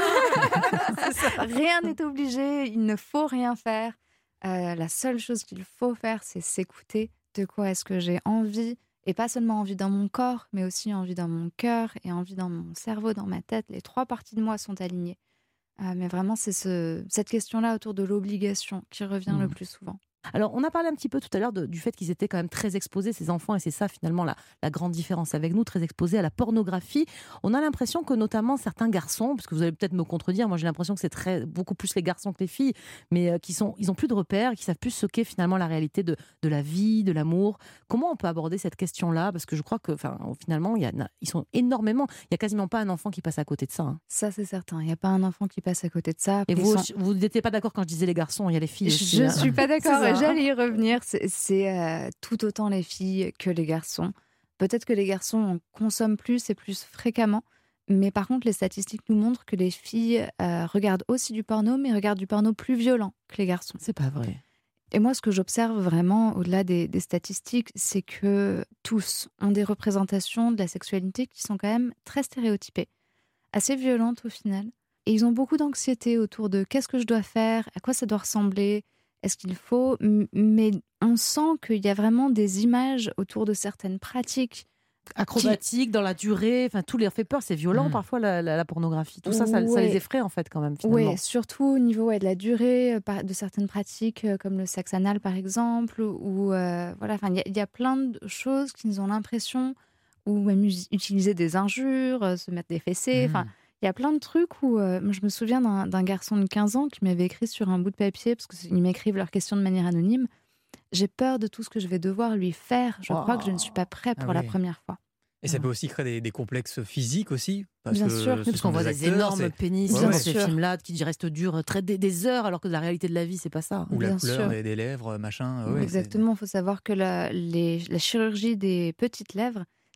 Rien n'est obligé, il ne faut rien faire. Euh, la seule chose qu'il faut faire, c'est s'écouter. De quoi est-ce que j'ai envie? Et pas seulement envie dans mon corps, mais aussi envie dans mon cœur et envie dans mon cerveau, dans ma tête. Les trois parties de moi sont alignées. Euh, mais vraiment, c'est ce, cette question-là autour de l'obligation qui revient Mmh. le plus souvent. Alors, on a parlé un petit peu tout à l'heure de- du fait qu'ils étaient quand même très exposés, ces enfants, et c'est ça finalement la, la grande différence avec nous, très exposés à la pornographie. On a l'impression que notamment certains garçons, parce que vous allez peut-être me contredire, moi j'ai l'impression que c'est très beaucoup plus les garçons que les filles, mais euh, qui sont, ils ont plus de repères, qui savent plus ce qu'est finalement la réalité de, de la vie, de l'amour. Comment on peut aborder cette question-là? Parce que je crois que, enfin, finalement, il y a, ils sont énormément. Il y a quasiment pas un enfant qui passe à côté de ça. Hein. Ça, c'est certain. Il n'y a pas un enfant qui passe à côté de ça. Et Ils vous, sont- vous n'étiez pas d'accord quand je disais les garçons, il y a les filles aussi. Je hein. suis pas d'accord, C'est ça. j'allais y revenir. C'est, c'est, euh, tout autant les filles que les garçons. Peut-être que les garçons en consomment plus et plus fréquemment, mais par contre, les statistiques nous montrent que les filles euh, regardent aussi du porno, mais regardent du porno plus violent que les garçons. C'est pas vrai. Et moi, ce que j'observe vraiment, au-delà des, des statistiques, c'est que tous ont des représentations de la sexualité qui sont quand même très stéréotypées, assez violentes au final. Et ils ont beaucoup d'anxiété autour de qu'est-ce que je dois faire, à quoi ça doit ressembler, est-ce qu'il faut. M- Mais on sent qu'il y a vraiment des images autour de certaines pratiques. Acrobatique, dans la durée, enfin tout leur fait peur, c'est violent Mm. parfois la, la- la pornographie. Tout ça, ça, ça Ouais. les effraie en fait quand même finalement. Oui, surtout au niveau ouais, de la durée euh, par- de certaines pratiques euh, comme le sexe anal par exemple, ou euh, voilà, enfin il y, a- il y a plein de choses qu'ils ont l'impression, ou même us- utiliser des injures, euh, se mettre des fessées, enfin Hmm. il y a plein de trucs où euh, moi, je me souviens d'un, d'un garçon de quinze ans qui m'avait écrit sur un bout de papier parce qu'ils m'écrivent leurs questions de manière anonyme. J'ai peur de tout ce que je vais devoir lui faire. Je Oh. crois que je ne suis pas prêt Ah pour la oui. première fois. Et ça peut aussi créer des, des complexes physiques aussi. Parce Bien que sûr. ce Parce sont qu'on voit des acteurs, énormes c'est- pénis Ouais, dans ouais. ces Bien sûr. films-là qui restent durs très, des, des heures alors que la réalité de la vie c'est pas ça. Ou la Bien couleur sûr. des, des lèvres, machin. ouais, c'est- Exactement, il faut savoir que la, les- la chirurgie des petites lèvres,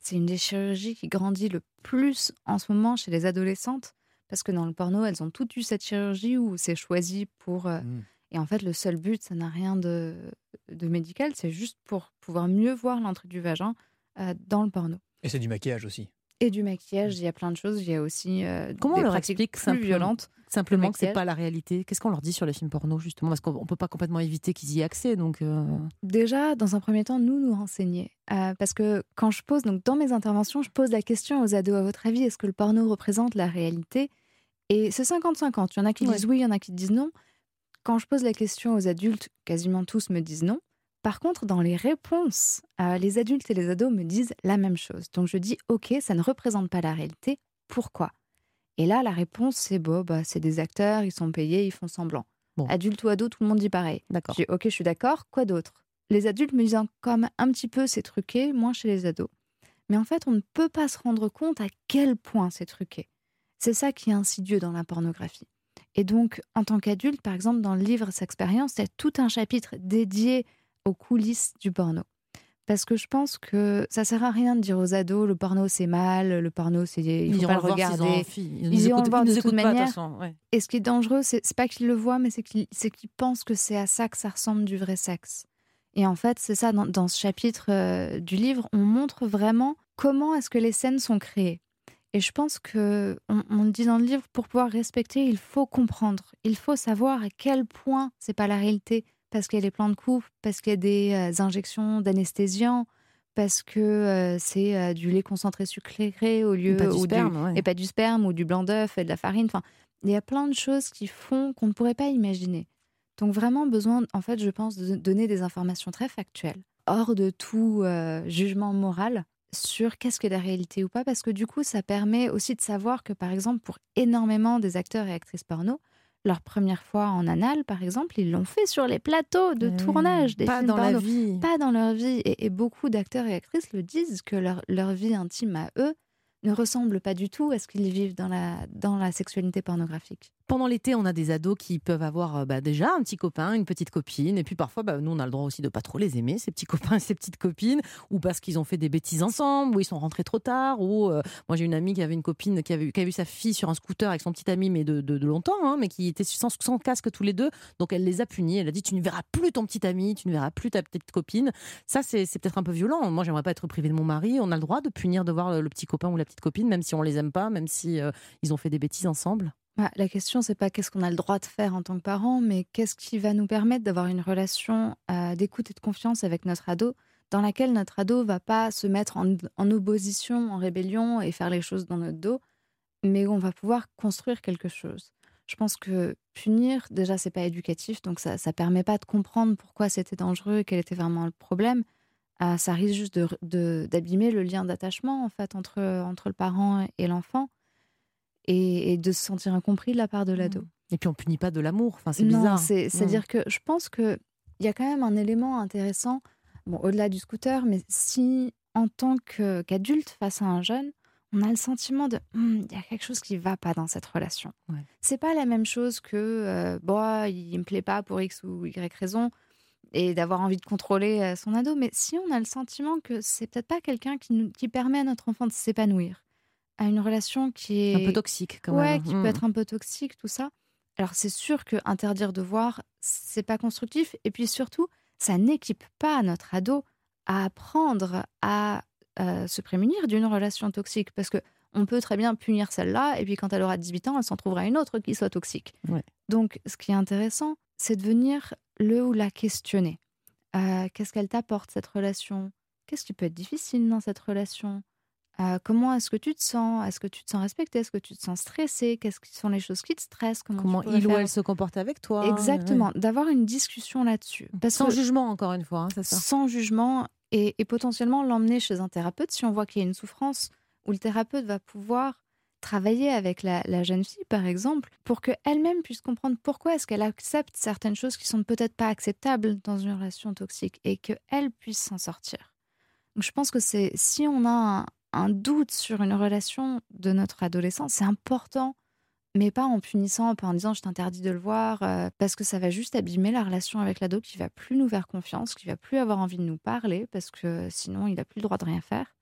c'est une des chirurgies qui grandit le plus en ce moment chez les adolescentes, parce que dans le porno, elles ont toutes eu cette chirurgie où c'est choisi pour... euh, Mmh. Et en fait, le seul but, ça n'a rien de, de médical, c'est juste pour pouvoir mieux voir l'entrée du vagin euh, dans le porno. Et c'est du maquillage aussi. Et du maquillage, il y a plein de choses. Il y a aussi euh, Comment on des leur pratiques explique plus simplement- violentes. Simplement que c'est maquillage. pas la réalité. Qu'est-ce qu'on leur dit sur les films porno, justement? Parce qu'on ne peut pas complètement éviter qu'ils y aient accès. Donc, euh, Déjà, dans un premier temps, nous nous renseigner. Euh, parce que quand je pose, donc dans mes interventions, je pose la question aux ados, à votre avis, est-ce que le porno représente la réalité? Et c'est cinquante cinquante. Il y en a qui Ouais. disent oui, il y en a qui disent non. Quand je pose la question aux adultes, quasiment tous me disent non. Par contre, dans les réponses, euh, les adultes et les ados me disent la même chose. Donc je dis, ok, ça ne représente pas la réalité. Pourquoi? Et là, la réponse, c'est bon, bah, c'est des acteurs, ils sont payés, ils font semblant. Bon. Adulte ou ado, tout le monde dit pareil. d'accord. Je dis, ok, je suis d'accord, quoi d'autre? Les adultes me disent comme un petit peu c'est truqué, moins chez les ados. Mais en fait, on ne peut pas se rendre compte à quel point c'est truqué. C'est ça qui est insidieux dans la pornographie. Et donc, en tant qu'adulte, par exemple, dans le livre Sexpérience, il y a tout un chapitre dédié aux coulisses du porno. Parce que je pense que ça sert à rien de dire aux ados, le porno c'est mal, le porno c'est il faut iront pas le voir s'ils ont regarder. envie. Ils nous iront écoutent- le voir ils de nous toute écoutent pas, manière. façon, ouais. Et ce qui est dangereux, c'est, c'est pas qu'ils le voient, mais c'est qu'ils, c'est qu'ils pensent que c'est à ça que ça ressemble du vrai sexe. Et en fait, c'est ça, dans, dans ce chapitre euh, du livre, on montre vraiment comment est-ce que les scènes sont créées. Et je pense que on, on le dit dans le livre, pour pouvoir respecter, il faut comprendre. Il faut savoir à quel point c'est pas la réalité, parce qu'il y a des plans de coupe, parce qu'il y a des euh, injections d'anesthésiants, parce que euh, c'est euh, du lait concentré sucré au lieu Pas du ou sperme, ouais. et pas du sperme ou du blanc d'œuf et de la farine. Enfin, il y a plein de choses qui font qu'on ne pourrait pas imaginer. Donc vraiment besoin, en fait, je pense, de donner des informations très factuelles, hors de tout euh, jugement moral sur qu'est-ce que la réalité ou pas, parce que du coup, ça permet aussi de savoir que, par exemple, pour énormément des acteurs et actrices porno, leur première fois en anal, par exemple, ils l'ont fait sur les plateaux de Eh tournage oui, des pas films dans la porno. vie. Pas dans leur vie. Et, et beaucoup d'acteurs et actrices le disent, que leur, leur vie intime à eux ne ressemble pas du tout à ce qu'ils vivent dans la, dans la sexualité pornographique. Pendant l'été, on a des ados qui peuvent avoir euh, bah, déjà un petit copain, une petite copine. Et puis parfois, bah, nous, on a le droit aussi de pas trop les aimer, ces petits copains et ces petites copines. Ou parce qu'ils ont fait des bêtises ensemble, ou ils sont rentrés trop tard. Ou euh, moi, j'ai une amie qui avait une copine qui avait, eu- qui avait vu sa fille sur un scooter avec son petit ami, mais de, de, de longtemps, hein, mais qui était sans, sans casque tous les deux. Donc elle les a punis. Elle a dit, tu ne verras plus ton petit ami, tu ne verras plus ta petite copine. Ça, c'est, c'est peut-être un peu violent. Moi, j'aimerais pas être privée de mon mari. On a le droit de punir, de voir le, le petit copain ou la petite copine, même si on les aime pas, même si euh, ils ont fait des bêtises ensemble. Bah, la question, c'est pas qu'est-ce qu'on a le droit de faire en tant que parent, mais qu'est-ce qui va nous permettre d'avoir une relation euh, d'écoute et de confiance avec notre ado, dans laquelle notre ado va pas se mettre en, en opposition, en rébellion et faire les choses dans notre dos, mais où on va pouvoir construire quelque chose. Je pense que punir, déjà, c'est pas éducatif, donc ça, ça permet pas de comprendre pourquoi c'était dangereux et quel était vraiment le problème. Euh, ça risque juste de, de- d'abîmer le lien d'attachement en fait entre, entre le parent et l'enfant. Et, et de se sentir incompris de la part de l'ado. Et puis on punit pas de l'amour. Enfin, c'est Non, bizarre. c'est, c'est-à-dire que je pense qu'il y a quand même un élément intéressant, bon, au-delà du scooter, mais si en tant que, qu'adulte face à un jeune, on a le sentiment de Hum, il y a quelque chose qui va pas dans cette relation. Ouais. C'est pas la même chose que euh, bon, il me plaît pas pour X ou Y raison et d'avoir envie de contrôler euh, son ado, mais si on a le sentiment que c'est peut-être pas quelqu'un qui, nous, qui permet à notre enfant de s'épanouir, à une relation qui est Un peu toxique quand ouais, même. qui Mm. peut être un peu toxique, tout ça. Alors c'est sûr que interdire de voir, c'est pas constructif. Et puis surtout, ça n'équipe pas notre ado à apprendre à euh, se prémunir d'une relation toxique, parce que on peut très bien punir celle-là, et puis quand elle aura dix-huit ans, elle s'en trouvera une autre qui soit toxique. Ouais. Donc, ce qui est intéressant, c'est de venir le ou la questionner. Euh, qu'est-ce qu'elle t'apporte, cette relation? Qu'est-ce qui peut être difficile dans cette relation? Euh, comment est-ce que tu te sens? Est-ce que tu te sens respecté? Est-ce que tu te sens stressé? Qu'est-ce qui sont les choses qui te stressent? Comment, Comment tu pourrais il ou faire? elle se comporte avec toi. Exactement, Ouais. d'avoir une discussion là-dessus. Parce Sans que- jugement, encore une fois, hein, c'est ça. sans jugement et, et potentiellement l'emmener chez un thérapeute si on voit qu'il y a une souffrance, où le thérapeute va pouvoir travailler avec la, la jeune fille, par exemple, pour qu'elle-même puisse comprendre pourquoi est-ce qu'elle accepte certaines choses qui sont peut-être pas acceptables dans une relation toxique et qu'elle puisse s'en sortir. Donc je pense que c'est si on a un, un doute sur une relation de notre adolescent, c'est important, mais pas en punissant, pas en disant je t'interdis de le voir, euh, parce que ça va juste abîmer la relation avec l'ado qui va plus nous faire confiance, qui va plus avoir envie de nous parler, parce que sinon il a plus le droit de rien faire.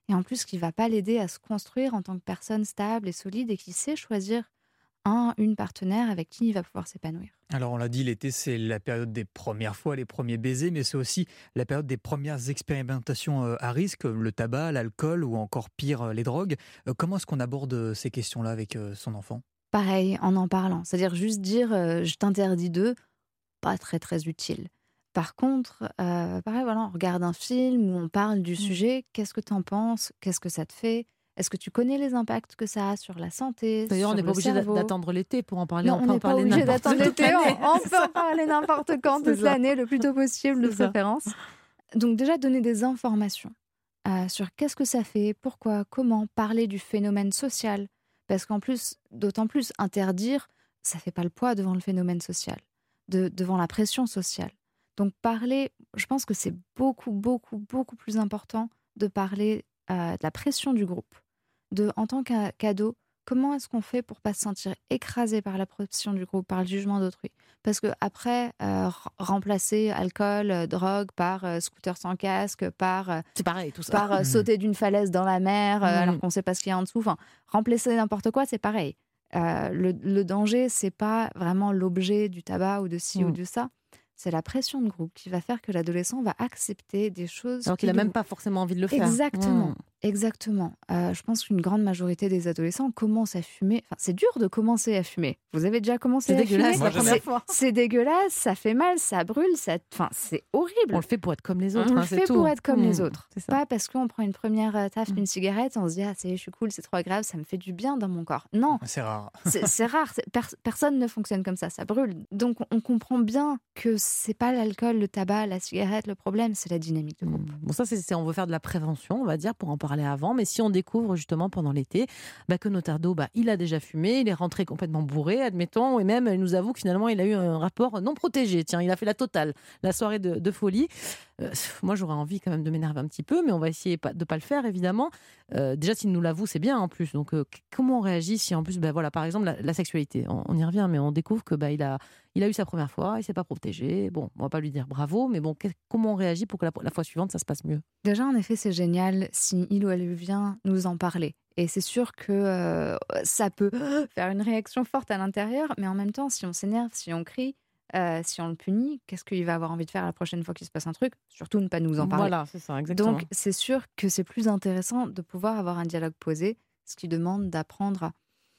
et en plus qui ne va pas l'aider à se construire en tant que personne stable et solide et qui sait choisir un, une partenaire avec qui il va pouvoir s'épanouir. Alors on l'a dit, l'été c'est la période des premières fois, les premiers baisers, mais c'est aussi la période des premières expérimentations euh, à risque, le tabac, l'alcool ou encore pire, euh, les drogues. Euh, comment est-ce qu'on aborde ces questions-là avec euh, son enfant ? Pareil, en en parlant. C'est-à-dire juste dire euh, je t'interdis d'eux, pas très très utile. Par contre, euh, pareil, voilà, on regarde un film où on parle du sujet, qu'est-ce que tu en penses ? Qu'est-ce que ça te fait ? Est-ce que tu connais les impacts que ça a sur la santé ? D'ailleurs, on n'est n'est pas obligé d'attendre l'été pour en parler. Non, on n'est pas obligé d'attendre l'été. On, on peut en parler n'importe quand, toute l'année, le plus tôt possible de préférence. Donc déjà, donner des informations euh, sur qu'est-ce que ça fait, pourquoi, comment, parler du phénomène social. Parce qu'en plus, d'autant plus, interdire, ça ne fait pas le poids devant le phénomène social, de, devant la pression sociale. Donc parler, je pense que c'est beaucoup, beaucoup, beaucoup plus important de parler euh, de la pression du groupe. De, en tant qu'ado, comment est-ce qu'on fait pour ne pas se sentir écrasé par la pression du groupe, par le jugement d'autrui ? Parce qu'après, euh, remplacer alcool, euh, drogue par euh, scooter sans casque, par, euh, c'est pareil, tout ça. par euh, mmh. sauter d'une falaise dans la mer euh, mmh. alors qu'on ne sait pas ce qu'il y a en dessous. Enfin, remplacer n'importe quoi, c'est pareil. Euh, le, le danger, ce n'est pas vraiment l'objet du tabac ou de ci mmh. ou de ça. C'est la pression de groupe qui va faire que l'adolescent va accepter des choses... Alors qu'il n'a même pas forcément envie de le faire. Exactement, mmh. exactement. Euh, je pense qu'une grande majorité des adolescents commencent à fumer. Enfin, c'est dur de commencer à fumer. Vous avez déjà commencé à fumer ? C'est dégueulasse la première fois. C'est dégueulasse, ça fait mal, ça brûle, ça... Enfin, c'est horrible. On le fait pour être comme les autres. On hein, le c'est fait tout. pour être comme mmh. les autres. Pas parce qu'on prend une première taffe mmh. d'une cigarette, on se dit « Ah, c'est, je suis cool, c'est trop agréable, ça me fait du bien dans mon corps. » Non. C'est rare. c'est, c'est rare. C'est, per, personne ne fonctionne comme ça, ça brûle. Donc, on comprend bien que c'est pas l'alcool, le tabac, la cigarette, le problème, c'est la dynamique de groupe. Mmh. Bon, ça, c'est, c'est, on veut faire de la prévention, on va dire, pour en parler avant. Mais si on découvre justement pendant l'été bah, que notre ado, bah, il a déjà fumé, il est rentré complètement bourré, admettons, et même il nous avoue que finalement, il a eu un rapport non protégé. Tiens, il a fait la totale, la soirée de, de folie. Euh, moi, j'aurais envie quand même de m'énerver un petit peu, mais on va essayer de ne pas le faire, évidemment. Euh, déjà, s'il nous l'avoue, c'est bien en plus. Donc, euh, comment on réagit si en plus, bah, voilà, par exemple, la, la sexualité, on, on y revient, mais on découvre que bah, il a, il a eu sa première fois, il ne s'est pas protégé. Bon, on ne va pas lui dire bravo, mais bon, comment on réagit pour que la, la fois suivante, ça se passe mieux ? Déjà, en effet, c'est génial si il ou elle vient nous en parler. Et c'est sûr que euh, ça peut faire une réaction forte à l'intérieur, mais en même temps, si on s'énerve, si on crie, euh, si on le punit, qu'est-ce qu'il va avoir envie de faire la prochaine fois qu'il se passe un truc ? Surtout ne pas nous en parler. Voilà, c'est ça, exactement. Donc, c'est sûr que c'est plus intéressant de pouvoir avoir un dialogue posé, ce qui demande d'apprendre à...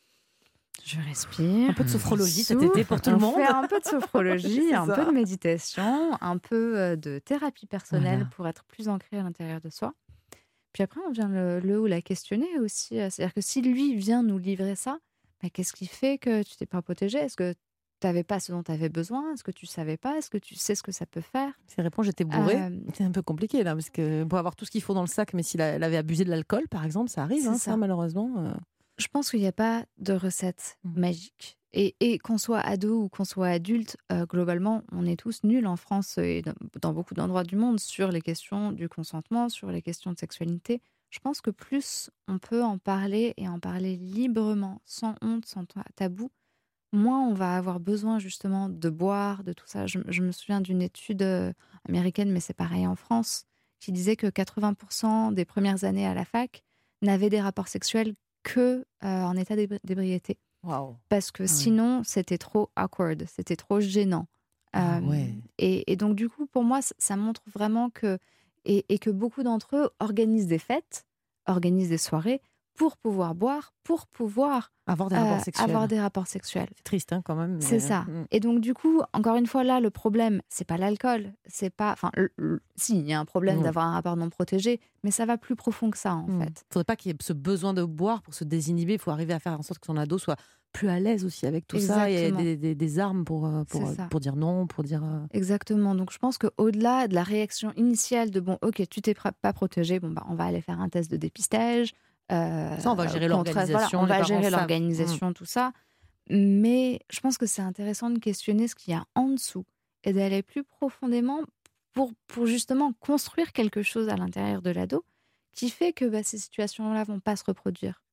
Je respire. Un peu de sophrologie cet été pour tout le monde. Faire un peu de sophrologie, un peu de méditation, un peu de thérapie personnelle voilà. pour être plus ancré à l'intérieur de soi. Puis après, on vient le, le ou la questionner aussi. C'est-à-dire que si lui vient nous livrer ça, bah, qu'est-ce qui fait que tu t'es pas protégé ? Est-ce que tu n'avais pas ce dont tu avais besoin ? Est-ce que tu savais pas ? Est-ce que tu sais ce que ça peut faire ? S'il répond j'étais bourré, euh... c'est un peu compliqué là, parce que pour avoir tout ce qu'il faut dans le sac, mais s'il avait abusé de l'alcool, par exemple, ça arrive, hein, ça. ça malheureusement. Euh... Je pense qu'il n'y a pas de recette mmh. magique. Et, et qu'on soit ado ou qu'on soit adulte, euh, globalement, on est tous nuls en France et dans, dans beaucoup d'endroits du monde sur les questions du consentement, sur les questions de sexualité. Je pense que plus on peut en parler et en parler librement, sans honte, sans tabou, moins on va avoir besoin justement de boire, de tout ça. Je, je me souviens d'une étude euh, américaine, mais c'est pareil en France, qui disait que quatre-vingts pour cent des premières années à la fac n'avaient des rapports sexuels que euh, en état d'ébriété. Wow. Parce que ah sinon, oui. c'était trop awkward, c'était trop gênant. Ah euh, ouais. et, et donc, du coup, pour moi, ça montre vraiment que... Et, et que beaucoup d'entre eux organisent des fêtes, organisent des soirées pour pouvoir boire, pour pouvoir avoir des rapports sexuels. Avoir des rapports sexuels. C'est triste hein, quand même. Mais... C'est ça. Mm. Et donc du coup, encore une fois, là, le problème, c'est pas l'alcool, c'est pas. Enfin, l- l- si, il y a un problème mm. d'avoir un rapport non protégé, mais ça va plus profond que ça en mm. fait. Il faudrait pas qu'il y ait ce besoin de boire pour se désinhiber. Il faut arriver à faire en sorte que son ado soit plus à l'aise aussi avec tout Exactement. ça et des, des, des armes pour pour, pour dire non, pour dire. Exactement. Donc je pense que au-delà de la réaction initiale de bon, ok, tu t'es pas protégé, bon bah on va aller faire un test de dépistage. Euh, ça, on va gérer contre, l'organisation. Voilà, on va gérer savent. l'organisation, mmh. tout ça. Mais je pense que c'est intéressant de questionner ce qu'il y a en dessous et d'aller plus profondément pour, pour justement construire quelque chose à l'intérieur de l'ado qui fait que bah, ces situations-là vont pas se reproduire.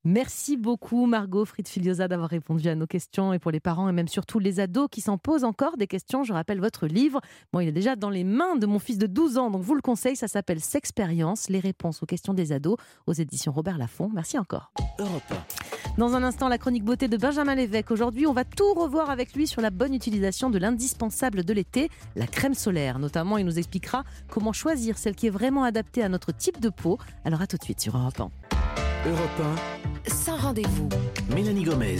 Merci beaucoup Margot Fried-Filiosa d'avoir répondu à nos questions et pour les parents et même surtout les ados qui s'en posent encore des questions. Je rappelle votre livre. Bon, il est déjà dans les mains de mon fils de douze ans, donc vous le conseille. Ça s'appelle Sexpérience, les réponses aux questions des ados aux éditions Robert Laffont. Merci encore. Europe un. Dans un instant, la chronique beauté de Benjamin Lévesque. Aujourd'hui, on va tout revoir avec lui sur la bonne utilisation de l'indispensable de l'été, la crème solaire. Notamment, il nous expliquera comment choisir celle qui est vraiment adaptée à notre type de peau. Alors à tout de suite sur Europe un. Europe un, Sans rendez-vous. Mélanie Gomez.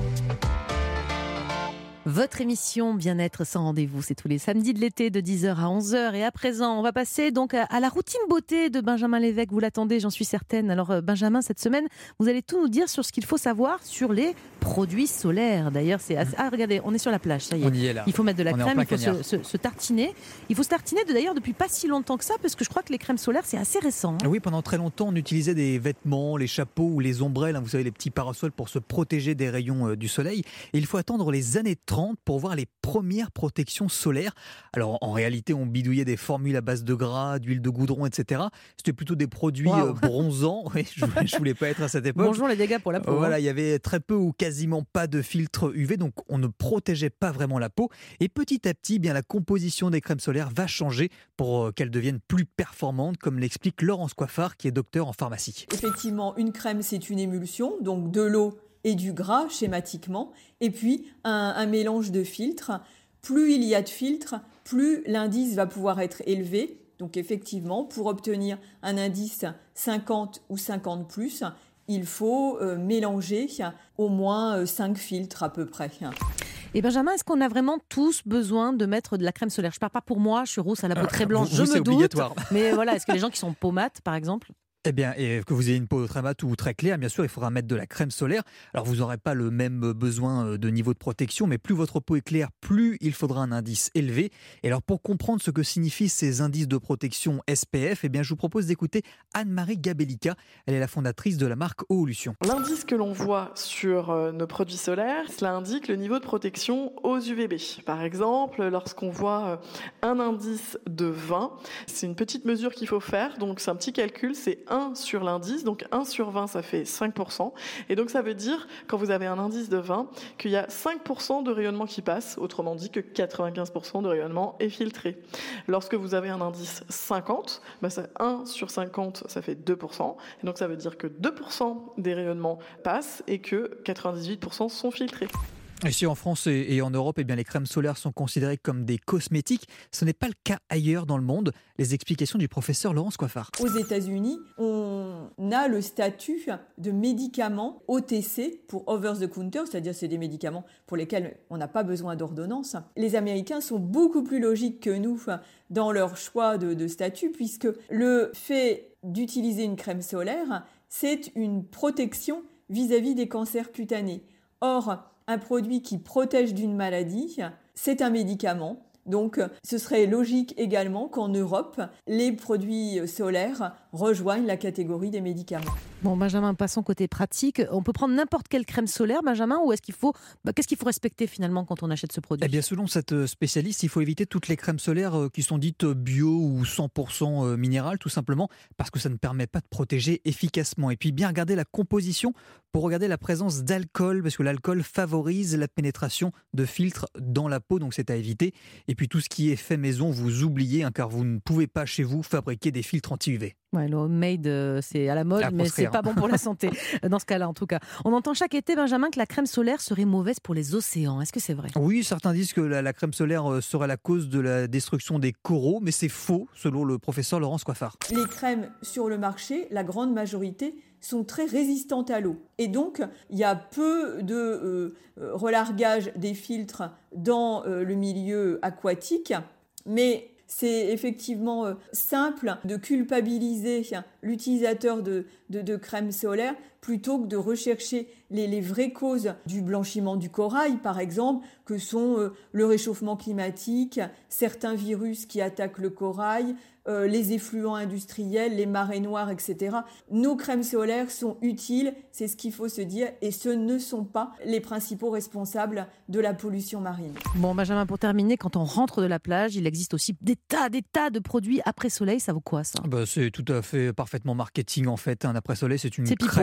Votre émission Bien-être sans rendez-vous, c'est tous les samedis de l'été de dix heures à onze heures. Et à présent, on va passer donc à la routine beauté de Benjamin Lévesque. Vous l'attendez, j'en suis certaine. Alors Benjamin, cette semaine, vous allez tout nous dire sur ce qu'il faut savoir sur les produits solaires. D'ailleurs, c'est assez... Ah, regardez, on est sur la plage, ça y est. On y est là. Il faut mettre de la On est en crème, plein il faut se, se, se tartiner. Il faut se tartiner de, d'ailleurs depuis pas si longtemps que ça, parce que je crois que les crèmes solaires, c'est assez récent. Hein. Oui, pendant très longtemps, on utilisait des vêtements, les chapeaux ou les ombrelles, hein, vous savez, les petits parasols pour se protéger des rayons euh, du soleil. Et il faut attendre les années trente pour voir les première protection solaire. Alors en réalité, on bidouillait des formules à base de gras, d'huile de goudron, et cetera. C'était plutôt des produits wow. euh, bronzants. Oui, je ne voulais pas être à cette époque. Bonjour les dégâts pour la peau. Voilà, hein. il y avait très peu ou quasiment pas de filtre U V, donc on ne protégeait pas vraiment la peau. Et petit à petit, bien la composition des crèmes solaires va changer pour euh, qu'elles deviennent plus performantes, comme l'explique Laurence Coiffard, qui est docteur en pharmacie. Effectivement, une crème, c'est une émulsion, donc de l'eau et du gras schématiquement, et puis un, un mélange de filtres. Plus il y a de filtres, plus l'indice va pouvoir être élevé. Donc effectivement, pour obtenir un indice cinquante ou cinquante plus, il faut euh, mélanger au moins euh, cinq filtres à peu près. Et Benjamin, est-ce qu'on a vraiment tous besoin de mettre de la crème solaire ? Je ne parle pas pour moi, je suis rousse à la peau très blanche, vous, vous, je c'est me doute. Obligatoire. Mais voilà, est-ce que les gens qui sont peau mate, par exemple ? Eh bien, et que vous ayez une peau très mate ou très claire, bien sûr, il faudra mettre de la crème solaire. Alors, vous n'aurez pas le même besoin de niveau de protection, mais plus votre peau est claire, plus il faudra un indice élevé. Et alors, pour comprendre ce que signifient ces indices de protection S P F, eh bien, je vous propose d'écouter Anne-Marie Gabellica. Elle est la fondatrice de la marque Oolution. L'indice que l'on voit sur nos produits solaires, cela indique le niveau de protection aux U V B. Par exemple, lorsqu'on voit un indice de vingt, c'est une petite mesure qu'il faut faire. Donc, c'est un petit calcul, c'est un sur l'indice, donc un sur vingt, ça fait cinq pour cent. Et donc ça veut dire, quand vous avez un indice de vingt, qu'il y a cinq pour cent de rayonnement qui passe, autrement dit que quatre-vingt-quinze pour cent de rayonnement est filtré. Lorsque vous avez un indice cinquante, bah ça, un sur cinquante, ça fait deux pour cent. Et donc ça veut dire que deux pour cent des rayonnements passent et que quatre-vingt-dix-huit pour cent sont filtrés. Ici en France et en Europe, eh bien, les crèmes solaires sont considérées comme des cosmétiques. Ce n'est pas le cas ailleurs dans le monde. Les explications du professeur Laurence Coiffard. Aux États-Unis, on a le statut de médicament O T C pour over the counter, c'est-à-dire c'est des médicaments pour lesquels on n'a pas besoin d'ordonnance. Les Américains sont beaucoup plus logiques que nous dans leur choix de, de statut, puisque le fait d'utiliser une crème solaire, c'est une protection vis-à-vis des cancers cutanés. Or, un produit qui protège d'une maladie, c'est un médicament. Donc, ce serait logique également qu'en Europe, les produits solaires rejoignent la catégorie des médicaments. Bon, Benjamin, passons côté pratique. On peut prendre n'importe quelle crème solaire, Benjamin, ou est-ce qu'il faut, bah, qu'est-ce qu'il faut respecter finalement quand on achète ce produit ? Eh bien, selon cette spécialiste, il faut éviter toutes les crèmes solaires qui sont dites bio ou cent pour cent minérales, tout simplement, parce que ça ne permet pas de protéger efficacement. Et puis, bien regarder la composition pour regarder la présence d'alcool, parce que l'alcool favorise la pénétration de filtres dans la peau, donc c'est à éviter. Et puis, tout ce qui est fait maison, vous oubliez, hein, car vous ne pouvez pas chez vous fabriquer des filtres anti-U V. Ouais, le homemade, euh, c'est à la mode, mais c'est pas bon pour la santé, dans ce cas-là en tout cas. On entend chaque été, Benjamin, que la crème solaire serait mauvaise pour les océans. Est-ce que c'est vrai ? Oui, certains disent que la, la crème solaire serait la cause de la destruction des coraux, mais c'est faux, selon le professeur Laurence Coiffard. Les crèmes sur le marché, la grande majorité, sont très résistantes à l'eau. Et donc, il y a peu de euh, relargage des filtres dans euh, le milieu aquatique, mais c'est effectivement euh, simple de culpabiliser l'utilisateur de, de, de crème solaire plutôt que de rechercher les, les vraies causes du blanchiment du corail, par exemple, que sont euh, le réchauffement climatique, certains virus qui attaquent le corail, euh, les effluents industriels, les marées noires, et cetera. Nos crèmes solaires sont utiles, c'est ce qu'il faut se dire, et ce ne sont pas les principaux responsables de la pollution marine. Bon, Benjamin, pour terminer, quand on rentre de la plage, il existe aussi des tas, des tas de produits après-soleil. Ça vaut quoi, ça ? Bah, c'est tout à fait parfaitement marketing, en fait. Un après-soleil, c'est une c'est crème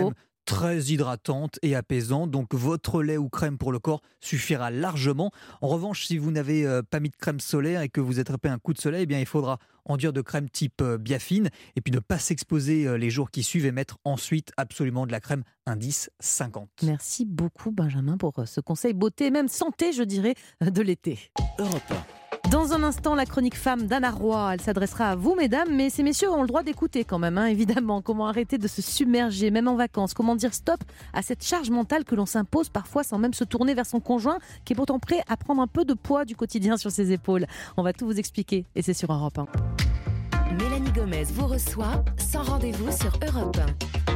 très hydratante et apaisante, donc votre lait ou crème pour le corps suffira largement. En revanche, si vous n'avez euh, pas mis de crème solaire et que vous attrapez un coup de soleil, eh bien, il faudra enduire de crème type euh, Biafine et puis ne pas s'exposer euh, les jours qui suivent et mettre ensuite absolument de la crème indice cinquante. Merci beaucoup Benjamin pour ce conseil beauté et même santé, je dirais, de l'été. Europe un. Dans un instant, la chronique femme d'Anna Roy, elle s'adressera à vous, mesdames, mais ces messieurs ont le droit d'écouter quand même, hein, évidemment. Comment arrêter de se submerger, même en vacances? Comment dire stop à cette charge mentale que l'on s'impose parfois sans même se tourner vers son conjoint, qui est pourtant prêt à prendre un peu de poids du quotidien sur ses épaules? On va tout vous expliquer, et c'est sur Europe un. Mélanie Gomez vous reçoit sans rendez-vous sur Europe un.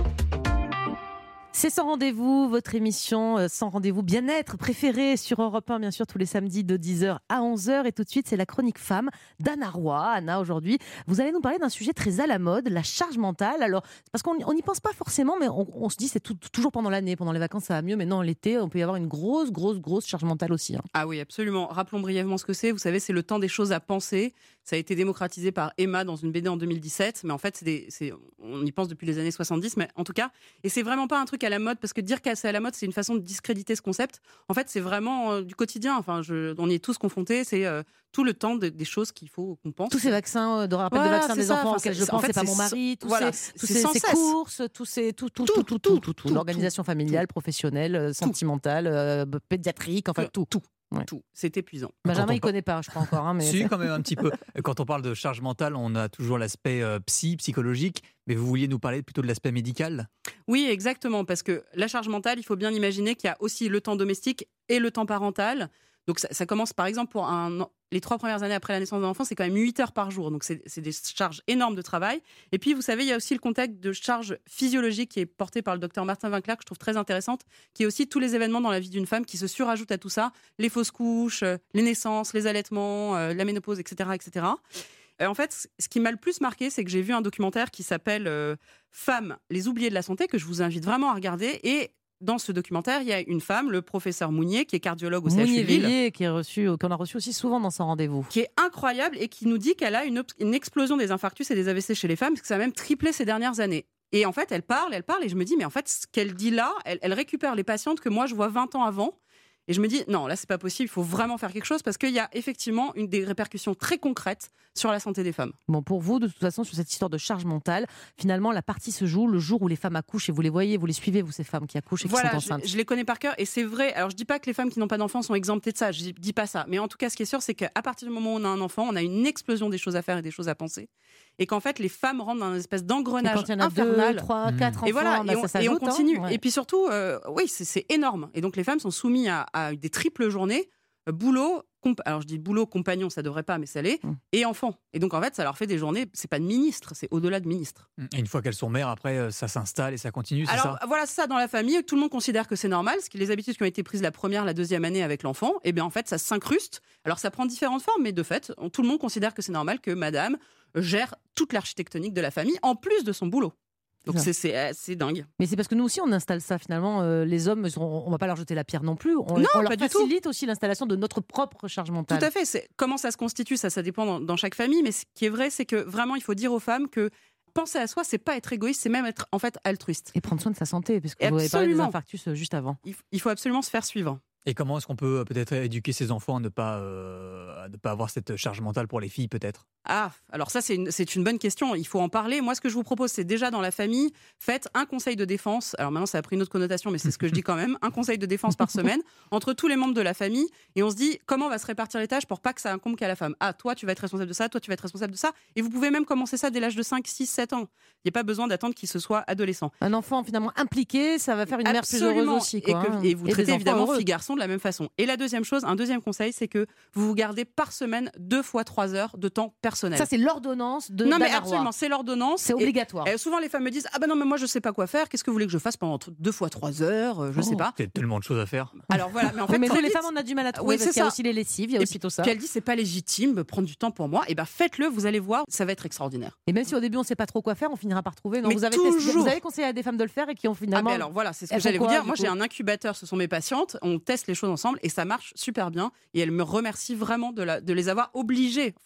C'est Sans Rendez-vous, votre émission euh, Sans Rendez-vous bien-être préférée sur Europe un, bien sûr, tous les samedis de dix heures à onze heures. Et tout de suite, c'est la chronique femme d'Anna Roy. Anna, aujourd'hui, vous allez nous parler d'un sujet très à la mode, la charge mentale. Alors, parce qu'on n'y pense pas forcément, mais on, on se dit c'est tout, toujours pendant l'année, pendant les vacances, ça va mieux. Mais non, l'été, on peut y avoir une grosse, grosse, grosse charge mentale aussi. Hein. Ah oui, absolument. Rappelons brièvement ce que c'est. Vous savez, c'est le temps des choses à penser. Ça a été démocratisé par Emma dans une B D en deux mille dix-sept. Mais en fait, c'est des, c'est, on y pense depuis les années soixante-dix. Mais en tout cas, et c'est vraiment pas un truc à la mode, parce que dire que c'est à la mode, c'est une façon de discréditer ce concept. En fait, c'est vraiment euh, du quotidien. Enfin, je, on y est tous confrontés. C'est euh, tout le temps de, des choses qu'il faut qu'on pense. Tous ces vaccins, euh, de rappel voilà, de vaccins des ça. enfants Enfin, auxquels je c'est, pense, en fait, c'est pas c'est mon mari. Tous voilà, ces, tous c'est ces, sans ces cesse. courses, tous ces, tout, tout, tout, tout, tout, tout, tout, l'organisation familiale, professionnelle, euh, sentimentale, euh, pédiatrique, enfin tout. Tout. Ouais. Tout, c'est épuisant. Benjamin, il ne connaît pas, je crois encore. Hein, mais si, quand même un petit peu. Quand on parle de charge mentale, on a toujours l'aspect euh, psy, psychologique, mais vous vouliez nous parler plutôt de l'aspect médical ? Oui, exactement, parce que la charge mentale, il faut bien imaginer qu'il y a aussi le temps domestique et le temps parental. Donc ça, ça commence par exemple pour un, les trois premières années après la naissance d'un enfant, c'est quand même huit heures par jour. Donc c'est, c'est des charges énormes de travail. Et puis vous savez, il y a aussi le contexte de charge physiologique qui est porté par le docteur Martin Winkler, que je trouve très intéressante, qui est aussi tous les événements dans la vie d'une femme qui se surajoutent à tout ça. Les fausses couches, les naissances, les allaitements, la ménopause, et cetera et cetera. En fait, ce qui m'a le plus marqué, c'est que j'ai vu un documentaire qui s'appelle euh, « Femmes, les oubliées de la santé », que je vous invite vraiment à regarder. Et dans ce documentaire, il y a une femme, le professeur Mounier, qui est cardiologue au C H U Lille. Mounier qui est reçu, qu'on a reçu aussi souvent dans Sans Rendez-vous. Qui est incroyable et qui nous dit qu'elle a une, une explosion des infarctus et des A V C chez les femmes, parce que ça a même triplé ces dernières années. Et en fait, elle parle, elle parle, et je me dis, mais en fait, ce qu'elle dit là, elle, elle récupère les patientes que moi, je vois vingt ans avant. Et je me dis, non, là, c'est pas possible, il faut vraiment faire quelque chose, parce qu'il y a effectivement une, des répercussions très concrètes sur la santé des femmes. Bon, pour vous, de toute façon, sur cette histoire de charge mentale, finalement, la partie se joue le jour où les femmes accouchent, et vous les voyez, vous les suivez, vous, ces femmes qui accouchent et qui voilà, sont enceintes. Je, je les connais par cœur, et c'est vrai. Alors, je dis pas que les femmes qui n'ont pas d'enfants sont exemptées de ça, je dis pas ça. Mais en tout cas, ce qui est sûr, c'est qu'à partir du moment où on a un enfant, on a une explosion des choses à faire et des choses à penser. Et qu'en fait, les femmes rentrent dans une espèce d'engrenage quand il y en a infernal. deux, trois, quatre enfants, et voilà, bah, et, on, ça s'ajoute, et on continue. Hein, ouais. Et puis surtout, euh, oui, c'est, c'est énorme. Et donc, les femmes sont soumises à, à des triples journées, euh, boulot, comp- alors je dis boulot, compagnon, ça devrait pas, mais ça l'est, mmh. et enfant. Et donc, en fait, ça leur fait des journées, c'est pas de ministre, c'est au-delà de ministre. Et une fois qu'elles sont mères, après, ça s'installe et ça continue, c'est alors, ça ? Voilà, ça, dans la famille, tout le monde considère que c'est normal, parce que les habitudes qui ont été prises la première, la deuxième année avec l'enfant, et bien en fait, ça s'incruste. Alors, ça prend différentes formes, mais de fait, on, tout le monde considère que c'est normal que madame gère toute l'architectonique de la famille, en plus de son boulot. Donc c'est, c'est, c'est dingue. Mais c'est parce que nous aussi on installe ça finalement. Euh, les hommes, on ne va pas leur jeter la pierre non plus. On, non, on leur pas du facilite tout. aussi l'installation de notre propre charge mentale. Tout à fait. C'est, comment ça se constitue, ça, ça dépend dans, dans chaque famille. Mais ce qui est vrai, c'est que vraiment, il faut dire aux femmes que penser à soi, c'est pas être égoïste, c'est même être en fait altruiste. Et prendre soin de sa santé, parce que vous avez parlé des infarctus juste avant. Il, il faut absolument se faire suivre. Et comment est-ce qu'on peut peut-être éduquer ses enfants à ne pas, euh, à ne pas avoir cette charge mentale pour les filles, peut-être ? Ah, alors ça, c'est une, c'est une bonne question. Il faut en parler. Moi, ce que je vous propose, c'est déjà dans la famille, faites un conseil de défense. Alors maintenant, ça a pris une autre connotation, mais c'est ce que je dis quand même. Un conseil de défense par semaine entre tous les membres de la famille. Et on se dit, comment on va se répartir les tâches pour pas que ça incombe qu'à la femme ? Ah, toi, tu vas être responsable de ça, toi, tu vas être responsable de ça. Et vous pouvez même commencer ça dès l'âge de cinq, six, sept ans. Il n'y a pas besoin d'attendre qu'il se soit adolescent. Un enfant finalement impliqué, ça va faire une Absolument. mère plus heureuse aussi. Quoi, et, que, hein. et vous et traitez évidemment heureux. filles-garçons de la même façon. Et la deuxième chose, un deuxième conseil, c'est que vous vous gardez par semaine deux fois trois heures de temps personnel. Ça, c'est l'ordonnance de Non, mais d'Anna absolument, Roy. c'est l'ordonnance. C'est obligatoire. Et, et souvent, les femmes me disent, ah ben non, mais moi, je sais pas quoi faire. Qu'est-ce que vous voulez que je fasse pendant deux fois trois heures ? Je oh, sais pas. Il y a tellement de choses à faire. Alors voilà, mais en fait, oui, mais nous, les vite, femmes, on a du mal à trouver oui, parce qu'il y a ça. aussi les lessives, il y a et aussi puis, tout ça. Puis elle dit, c'est pas légitime de prendre du temps pour moi. Et ben faites-le, vous allez voir, ça va être extraordinaire. Et même si au début on sait pas trop quoi faire, on finira par trouver. Non, mais vous avez toujours. testé, vous avez conseillé à des femmes de le faire et qui ont finalement. Ah ben alors voilà, c'est ce que elles j'allais font vous quoi, dire. Moi, du j'ai coup un incubateur, ce sont mes patientes. On teste les choses ensemble et ça marche super bien. Et elles me remercient vraiment de, la, de les avoir obligées. Enfin.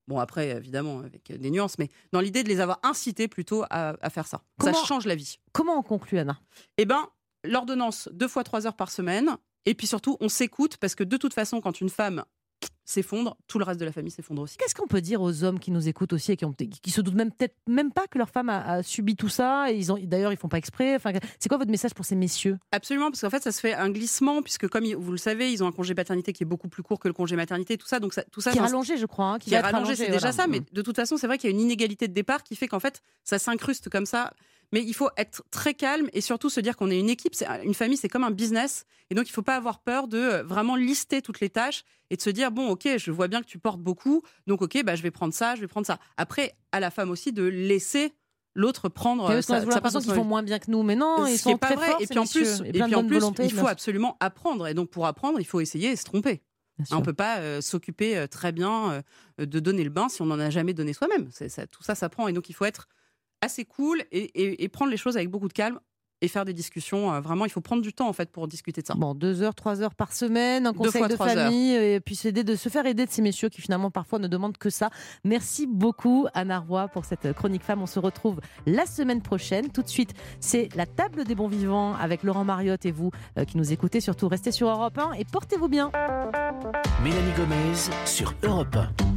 Bon, après, évidemment, avec des nuances, mais dans l'idée de les avoir incités plutôt à, à faire ça. Comment, ça change la vie. Comment on conclut, Anna ? Eh bien, l'ordonnance, deux fois trois heures par semaine. Et puis surtout, on s'écoute, parce que de toute façon, quand une femme s'effondre, tout le reste de la famille s'effondre aussi. Qu'est-ce qu'on peut dire aux hommes qui nous écoutent aussi et qui, ont, qui se doutent même peut-être même pas que leur femme a, a subi tout ça et ils ont, d'ailleurs ils font pas exprès. Enfin, c'est quoi votre message pour ces messieurs ? Absolument, parce qu'en fait ça se fait un glissement puisque comme vous le savez, ils ont un congé paternité qui est beaucoup plus court que le congé maternité, tout ça, donc ça, tout ça qui est rallongé, je crois. Hein, qui qui est va être rallongé, c'est voilà. déjà ça, mais de toute façon c'est vrai qu'il y a une inégalité de départ qui fait qu'en fait ça s'incruste comme ça. Mais il faut être très calme et surtout se dire qu'on est une équipe, c'est, une famille, c'est comme un business. Et donc, il ne faut pas avoir peur de vraiment lister toutes les tâches et de se dire, bon, ok, je vois bien que tu portes beaucoup, donc ok, bah, je vais prendre ça, je vais prendre ça. Après, à la femme aussi de laisser l'autre prendre sa, sa part. l'impression qu'ils font moins bien que nous, mais non, ils Ce sont qui est pas très vrai. forts, Et puis en plus, et et puis en plus volonté, il faut absolument apprendre. Et donc, pour apprendre, il faut essayer et se tromper. On ne peut pas euh, s'occuper euh, très bien euh, de donner le bain si on n'en a jamais donné soi-même. C'est, ça, tout ça s'apprend. Et donc, il faut être assez cool et, et, et prendre les choses avec beaucoup de calme et faire des discussions. Euh, vraiment, il faut prendre du temps en fait pour discuter de ça. Bon, deux heures, trois heures par semaine, un conseil fois de famille, heures. Et puis s'aider de se faire aider de ces messieurs qui finalement parfois ne demandent que ça. Merci beaucoup Anna Roy pour cette chronique femme. On se retrouve la semaine prochaine. Tout de suite, c'est la table des bons vivants avec Laurent Mariotte et vous euh, qui nous écoutez. Surtout, restez sur Europe un et portez-vous bien. Mélanie Gomez sur Europe un.